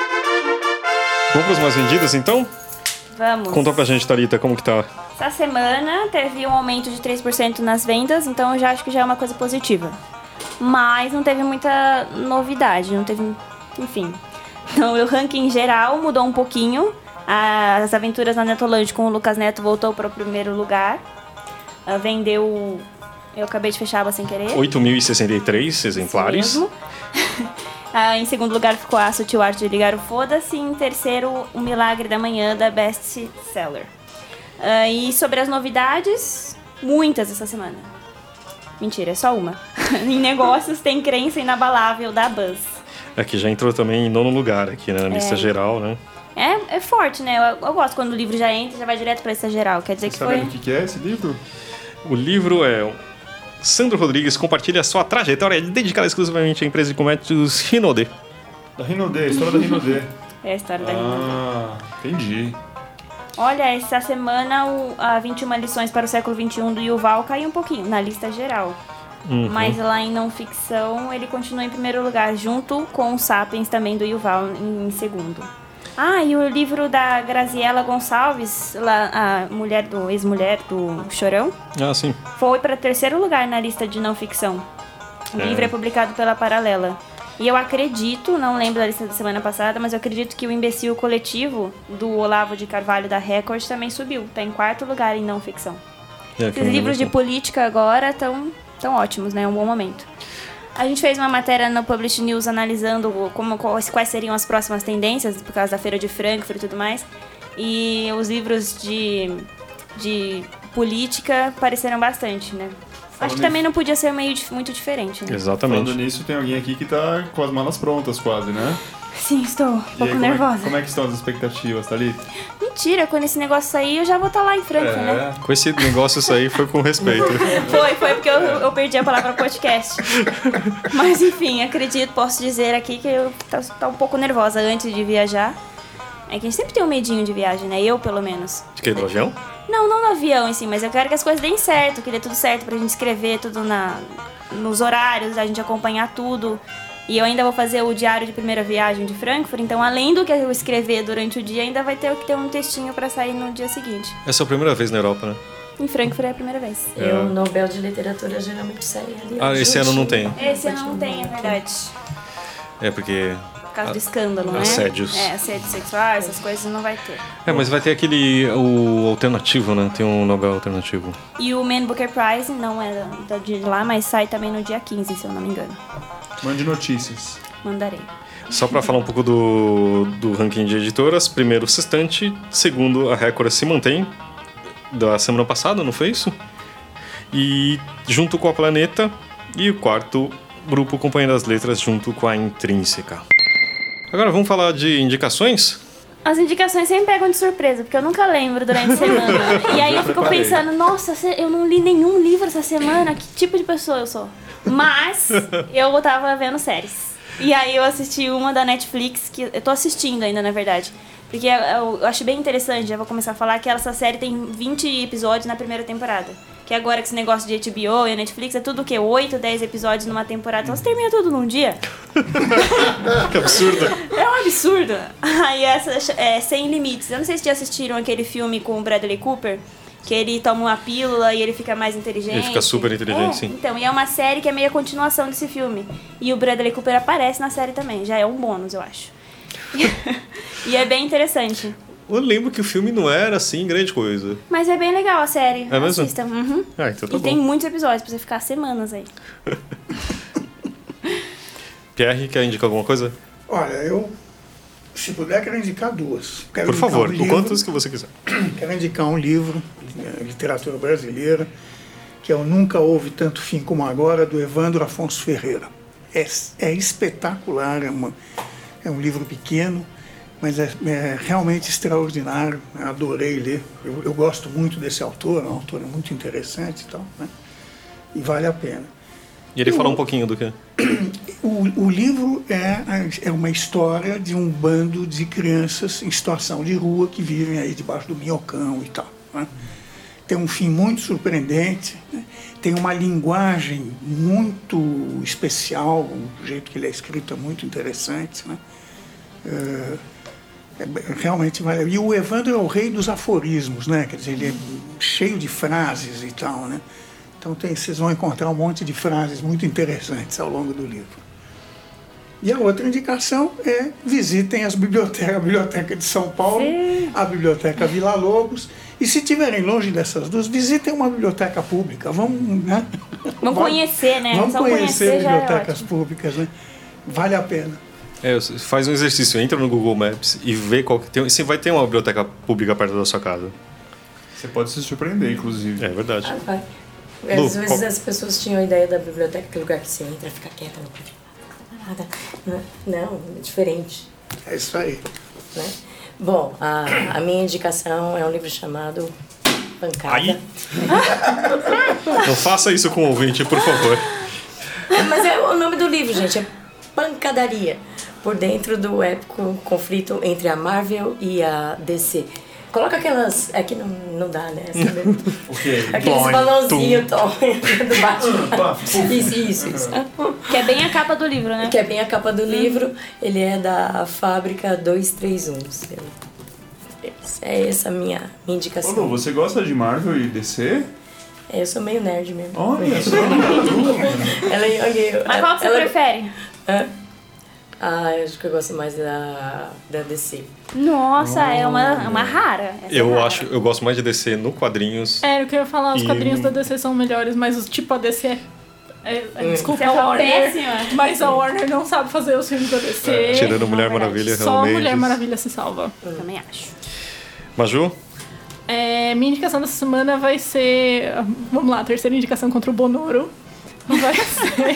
Vamos para os mais vendidos, então?
Vamos.
Conta pra gente, Thalita, como que tá?
Essa semana teve um aumento de três por cento nas vendas, então eu já acho que já é uma coisa positiva. Mas não teve muita novidade, não teve... Enfim. Então, o ranking geral mudou um pouquinho. As Aventuras na Netolândia com o Lucas Neto voltou para o primeiro lugar. Uh, vendeu... Eu acabei de fechar a aba sem querer.
oito mil e sessenta e três exemplares.
uh, em segundo lugar ficou a Sutil Arte de Ligar o Foda-se. E em terceiro, O Milagre da Manhã, da Best Seller. Uh, e sobre as novidades, muitas essa semana. Mentira, é só uma. Em negócios tem Crença Inabalável, da Buzz.
Aqui já entrou também em nono lugar, aqui na lista é. geral, né?
É, é forte, né? Eu, eu gosto quando o livro já entra e já vai direto pra lista geral. Quer dizer
Você
que
sabe
foi...
o que, que é esse livro?
O livro é... Sandro Rodrigues compartilha sua trajetória dedicada exclusivamente à empresa de comércios Rinode.
Da Rinode, a história da Rinode.
É a história da Rinode.
Ah, entendi.
Olha, essa semana o, a vinte e uma lições para o século vinte e um do Yuval caiu um pouquinho na lista geral. Uhum. Mas lá em não ficção ele continua em primeiro lugar, junto com o Sapiens também do Yuval em, em segundo. Ah, e o livro da Graziela Gonçalves, lá, a mulher do ex-mulher do Chorão,
ah, sim.
foi para terceiro lugar na lista de não ficção. O é. livro é publicado pela Paralela. E eu acredito, não lembro da lista da semana passada, mas eu acredito que o Imbecil Coletivo, do Olavo de Carvalho da Record, também subiu. Está em quarto lugar em não ficção. É, Esses livros de política agora estão tão ótimos, né? É um bom momento. A gente fez uma matéria no Publish News analisando como, quais seriam as próximas tendências, por causa da Feira de Frankfurt e tudo mais. E os livros de, de política pareceram bastante, né? Falando Acho que nisso. também não podia ser meio muito diferente, né?
Exatamente.
Falando nisso, tem alguém aqui que tá com as malas prontas quase, né?
Sim, estou um pouco
aí, como
nervosa.
É, como é que estão as expectativas, Thalita?
Mentira, quando esse negócio sair, eu já vou estar lá em Frankfurt, é. né?
Com esse negócio sair, foi com respeito.
Foi, foi porque eu, eu perdi a palavra podcast. Mas enfim, acredito, posso dizer aqui que eu tô um pouco nervosa antes de viajar. É que a gente sempre tem um medinho de viagem, né? Eu, pelo menos.
De que? Do avião?
Não, não no avião em si, mas eu quero que as coisas deem certo, que dê tudo certo pra gente escrever tudo na, nos horários, a gente acompanhar tudo. E eu ainda vou fazer o diário de primeira viagem de Frankfurt, então além do que eu escrever durante o dia, ainda vai ter que ter um textinho pra sair no dia seguinte.
Essa é a primeira vez na Europa, né?
Em Frankfurt é a primeira vez.
É. Eu, Nobel de Literatura, geralmente sai ali.
Ah, esse ano não tem.
Esse ano não tem, é verdade.
É porque...
Por causa do escândalo, né?
Assédios.
É, assédios sexuais, essas coisas não vai ter.
É, mas vai ter aquele, o alternativo, né? Tem um Nobel alternativo.
E o Man Booker Prize, não é de lá, mas sai também no dia quinze, se eu não me engano.
Mande notícias.
Mandarei.
Só para falar um pouco do, do ranking de editoras, primeiro Sextante, segundo a Record se mantém, da semana passada, não foi isso? E junto com a Planeta, e o quarto, Grupo Companhia das Letras, junto com a Intrínseca. Agora vamos falar de indicações?
As indicações sempre pegam de surpresa, porque eu nunca lembro durante a semana. E aí eu fico pensando, nossa, eu não li nenhum livro essa semana, que tipo de pessoa eu sou? Mas eu tava vendo séries. E aí eu assisti uma da Netflix, que eu tô assistindo ainda, na verdade, Porque eu, eu acho bem interessante, já vou começar a falar, que essa série tem vinte episódios na primeira temporada. Que agora que esse negócio de H B O e Netflix é tudo o quê? oito, dez episódios numa temporada. Então você termina tudo num dia.
Que absurdo.
É um absurdo. Aí essa é Sem Limites. Eu não sei se já assistiram aquele filme com o Bradley Cooper, que ele toma uma pílula e ele fica mais inteligente.
Ele fica super inteligente,
é,
sim.
Então, e é uma série que é meio a continuação desse filme. E o Bradley Cooper aparece na série também. Já é um bônus, eu acho. E é bem interessante.
Eu lembro que o filme não era assim grande coisa.
Mas é bem legal a série.
É mesmo?
Assista. Uhum.
Ah, então tá
e
bom.
tem muitos episódios pra você ficar semanas aí.
Pierre, quer indicar alguma coisa?
Olha, eu, se puder, quero indicar duas. Quero
Por
indicar
favor,
um
o
livro,
quantos que você quiser.
Quero indicar um livro, eh, literatura brasileira, que é o Nunca Houve Tanto Fim Como Agora, do Evandro Afonso Ferreira. É, é espetacular, é, uma, é um livro pequeno, mas é, é realmente extraordinário. Eu adorei ler. Eu, eu gosto muito desse autor, é um autor muito interessante e tal, né? E vale a pena.
E ele
Eu-
fala um pouquinho do que?
O, o livro é, é uma história de um bando de crianças em situação de rua que vivem aí debaixo do minhocão e tal, né? Tem um fim muito surpreendente, né? Tem uma linguagem muito especial, o jeito que ele é escrito é muito interessante, né? É, é, realmente vale. E o Evandro é o rei dos aforismos, né? Quer dizer, ele é cheio de frases e tal, né? Então tem, vocês vão encontrar um monte de frases muito interessantes ao longo do livro. E a outra indicação é visitem as bibliotecas, a Biblioteca de São Paulo,
Sim.
a Biblioteca Vila Lobos. E se estiverem longe dessas duas, visitem uma biblioteca pública. Vamos, né?
Vamos conhecer, né?
Vamos
Só
conhecer,
conhecer já é
bibliotecas
ótimo.
públicas, né? Vale a pena.
É, faz um exercício, entra no Google Maps e vê qual que tem. Se vai ter uma biblioteca pública perto da sua casa.
Você pode se surpreender, inclusive.
É verdade.
Ah, vai.
Lu,
Às vezes
qual-
as pessoas tinham a ideia da biblioteca, aquele lugar que você entra, fica quieta, não pode falar nada. Não, é diferente,
É isso aí.
né? Bom, a, a minha indicação é um livro chamado Pancada.
Aí. Não faça isso com o ouvinte, por favor.
É, mas é o nome do livro, gente, é Pancadaria, por dentro do épico conflito entre a Marvel e a D C. Coloca aquelas... Aqui não, não dá, né? Sabe?
O quê?
Aqueles
Boing,
balãozinhos Tom, do Batman. Isso, isso, isso.
Que é bem a capa do livro, né?
Que é bem a capa do livro. Ele é da Fábrica dois três um. É essa a minha, minha
Ô,
indicação.
Lu, você gosta de Marvel e D C?
É, eu sou meio nerd mesmo.
Olha só.
Ela, olha,
Mas qual que você
ela-
prefere?
Hã? Ah, eu acho que eu gosto mais da, da D C.
Nossa, é uma, uma rara. Essa é
Eu
rara.
acho, eu gosto mais de D C no quadrinhos.
É, o que eu ia falar, os
E-
quadrinhos da D C são melhores, mas o tipo a D C é. é- é- desculpa
Você
a
é
Warner,
péssima.
mas a Warner não sabe fazer os filmes da D C.
Tirando Mulher
verdade.
Maravilha,
Só
realmente.
Mulher Maravilha se salva.
Eu também acho.
Maju?
É, minha indicação dessa semana vai ser. Vamos lá, a terceira indicação contra o Bonoro. Vai ser.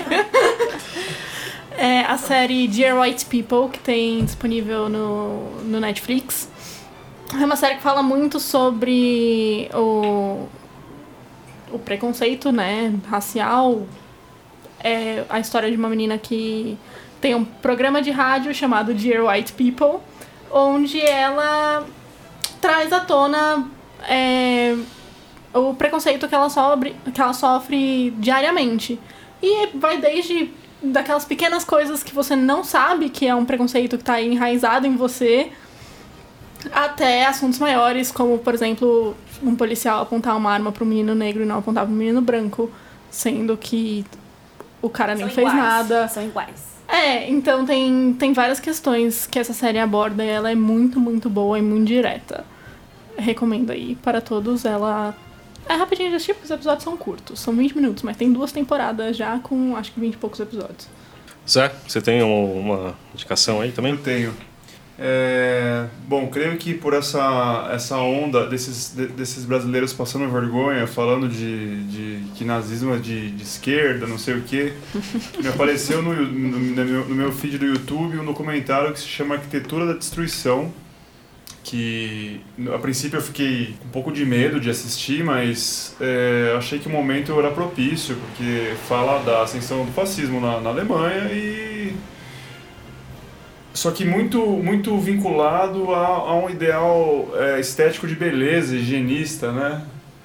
É a série Dear White People, que tem disponível no, no Netflix. É uma série que fala muito sobre o, o preconceito, né, racial. É a história de uma menina que tem um programa de rádio chamado Dear White People, onde ela traz à tona é, o preconceito que ela, sofre, que ela sofre diariamente. E vai desde daquelas pequenas coisas que você não sabe que é um preconceito que está enraizado em você, até assuntos maiores, como, por exemplo, um policial apontar uma arma para um menino negro e não apontar para um menino branco, sendo que o cara nem
São
fez
iguais,
nada.
São iguais.
É, então tem, tem várias questões que essa série aborda e ela é muito, muito boa e muito direta. Recomendo aí para todos. Ela é rapidinho de assistir, porque os episódios são curtos. São vinte minutos, mas tem duas temporadas já com acho que vinte e poucos episódios.
Zé, você tem um- uma indicação aí também?
Eu tenho. É, bom, creio que por essa, essa onda desses, de- desses brasileiros passando vergonha, falando de, de que nazismo é de, de esquerda, não sei o quê, me apareceu no, no, no meu, no meu feed do YouTube um documentário que se chama Arquitetura da Destruição, que a princípio eu fiquei com um pouco de medo de assistir, mas é, achei que o momento era propício, porque fala da ascensão do fascismo na, na Alemanha e só que muito, muito vinculado a, a um ideal é, estético de beleza, higienista, né?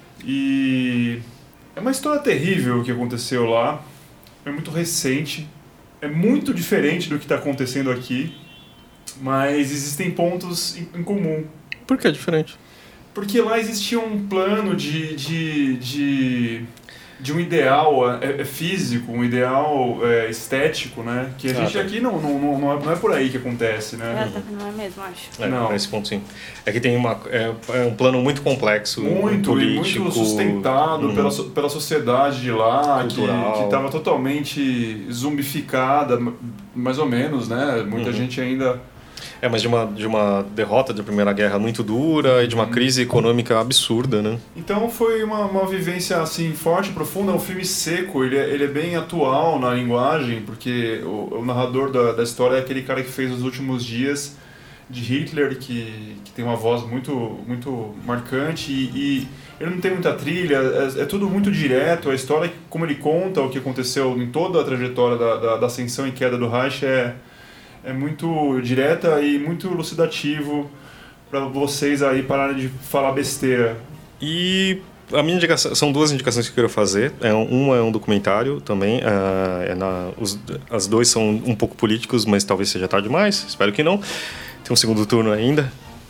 E é uma história terrível o que aconteceu lá, é muito recente, é muito diferente do que está acontecendo aqui, mas existem pontos em, em comum.
Por que é diferente?
Porque lá existia um plano de, de, de, de um ideal é, é físico, um ideal é, estético, né? Que a
Ah,
gente
tá.
aqui não, não, não, não, é, não é por aí que acontece, né?
É, tá, não é mesmo, acho.
É,
Não.
Nesse ponto, sim. É que tem uma, é, é um plano muito complexo,
Muito,
político,
e muito sustentado
uhum,
pela, so- pela sociedade de lá, que
cultural.
estava totalmente zumbificada, m- mais ou menos, né? Muita
Uhum.
gente ainda...
É, mas de uma, de uma derrota da Primeira Guerra muito dura e de uma crise econômica absurda, né?
Então foi uma, uma vivência assim forte, profunda, é um filme seco, ele é, ele é bem atual na linguagem, porque o, o narrador da, da história é aquele cara que fez Os Últimos Dias de Hitler, que, que tem uma voz muito, muito marcante e, e ele não tem muita trilha, é, é tudo muito direto, a história, como ele conta o que aconteceu em toda a trajetória da, da, da ascensão e queda do Reich é, é muito direta e muito elucidativo para vocês aí pararem de falar besteira.
E a minha indicação, são duas indicações que eu quero fazer. É, um- uma é um documentário também. ah, é na, os, as dois são um pouco políticos, mas talvez seja tarde demais. Espero que não. Tem um segundo turno ainda.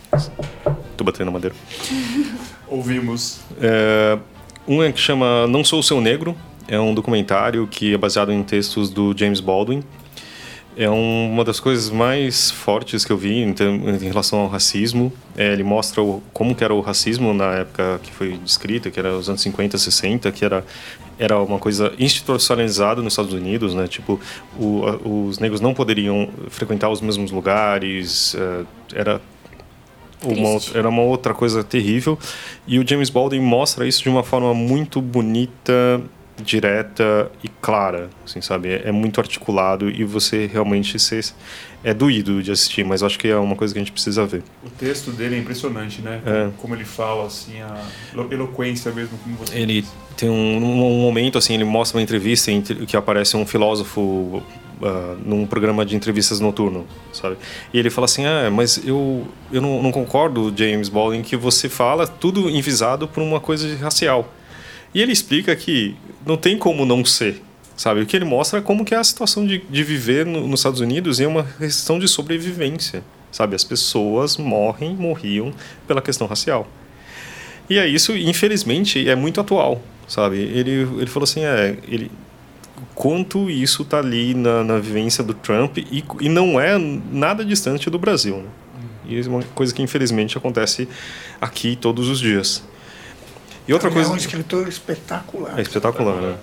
Tô batendo na madeira.
Ouvimos.
É, um é que chama Não Sou o Seu Negro. É um documentário que é baseado em textos do James Baldwin. É um- uma das coisas mais fortes que eu vi em, term- em relação ao racismo. É, ele mostra o, como que era o racismo na época que foi descrita, que era os anos cinquenta, sessenta, que era, era uma coisa institucionalizada nos Estados Unidos, né? Tipo, o, a- os negros não poderiam frequentar os mesmos lugares, é, era uma,
Triste.
era uma outra coisa terrível. E o James Baldwin mostra isso de uma forma muito bonita, direta e clara, assim, sabe? É, é muito articulado e você realmente se, é doído de assistir, mas eu acho que é uma coisa que a gente precisa ver.
O texto dele é impressionante, né?
É.
Como ele fala, assim, a elo- eloquência mesmo, como você
Ele
disse.
tem um, um momento, assim, ele mostra uma entrevista em que aparece um filósofo ah, num programa de entrevistas noturno, sabe? E ele fala assim, ah, mas eu, eu não, não concordo, James Baldwin, que você fala tudo envisado por uma coisa racial. E ele explica que não tem como não ser, sabe? O que ele mostra é como que é a situação de, de viver no, nos Estados Unidos e é uma questão de sobrevivência, sabe? As pessoas morrem, morriam pela questão racial. E é isso, infelizmente, é muito atual, sabe? Ele, ele falou assim, é, ele, quanto isso está ali na, na vivência do Trump e, e não é nada distante do Brasil, né? E é uma coisa que, infelizmente, acontece aqui todos os dias. E outra
Ele
coisa...
é um escritor espetacular.
É espetacular, né?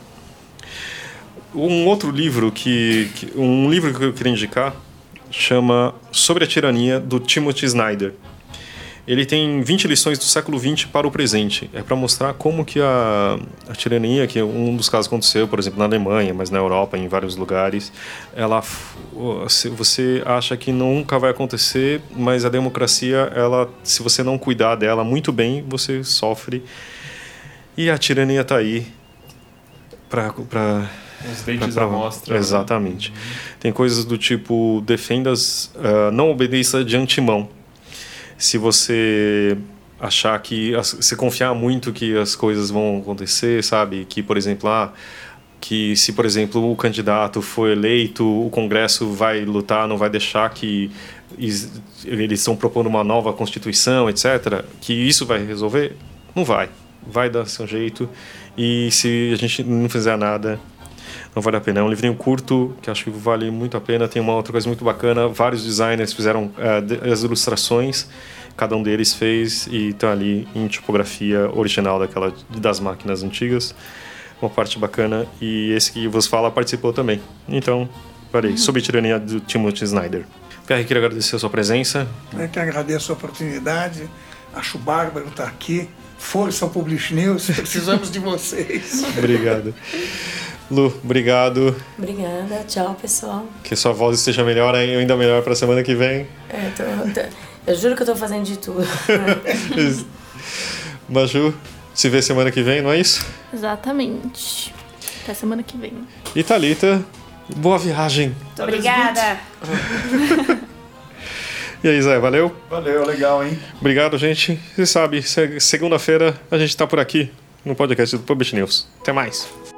Um outro livro que, que um livro que eu queria indicar chama Sobre a Tirania, do Timothy Snyder. Ele tem vinte lições do século vinte para o presente. É para mostrar como que a, a tirania, que um dos casos aconteceu, por exemplo, na Alemanha, mas na Europa, em vários lugares, ela, se você acha que nunca vai acontecer, mas a democracia, ela, se você não cuidar dela muito bem, você sofre. E a tirania está aí para...
Os dentes à mostra.
Exatamente. Tem coisas do tipo, defendas, uh, não obedeça de antemão. Se você achar que, as, se confiar muito que as coisas vão acontecer, sabe? Que, por exemplo, ah, que se, por exemplo, o candidato for eleito, o Congresso vai lutar, não vai deixar que is, eles estão propondo uma nova Constituição, etcétera, que isso vai resolver? Não vai. Vai dar seu jeito. E se a gente não fizer nada, não vale a pena. É um livrinho curto, que acho que vale muito a pena. Tem uma outra coisa muito bacana. Vários designers fizeram uh, as ilustrações. Cada um deles fez e estão ali em tipografia original daquela, das máquinas antigas. Uma parte bacana. E esse que vos fala participou também. Então, parei. Uhum. Sob a tirania do Timothy Snyder. Pierre, queria agradecer a sua presença.
Eu que agradeço a oportunidade. Acho bárbaro estar aqui. Força ao Publish News. Precisamos de vocês.
Obrigado. Lu, obrigado.
Obrigada. Tchau, pessoal.
Que sua voz esteja melhor, ainda melhor para a semana que vem.
É, tô, tô, eu juro que eu tô fazendo de tudo.
Maju, se vê semana que vem, não é isso?
Exatamente. Até semana que vem.
E Thalita, boa viagem.
Muito obrigada.
E aí, Zé, valeu?
Valeu, legal, hein?
Obrigado, gente. Você sabe, segunda-feira a gente tá por aqui no podcast do Publish News. Até mais.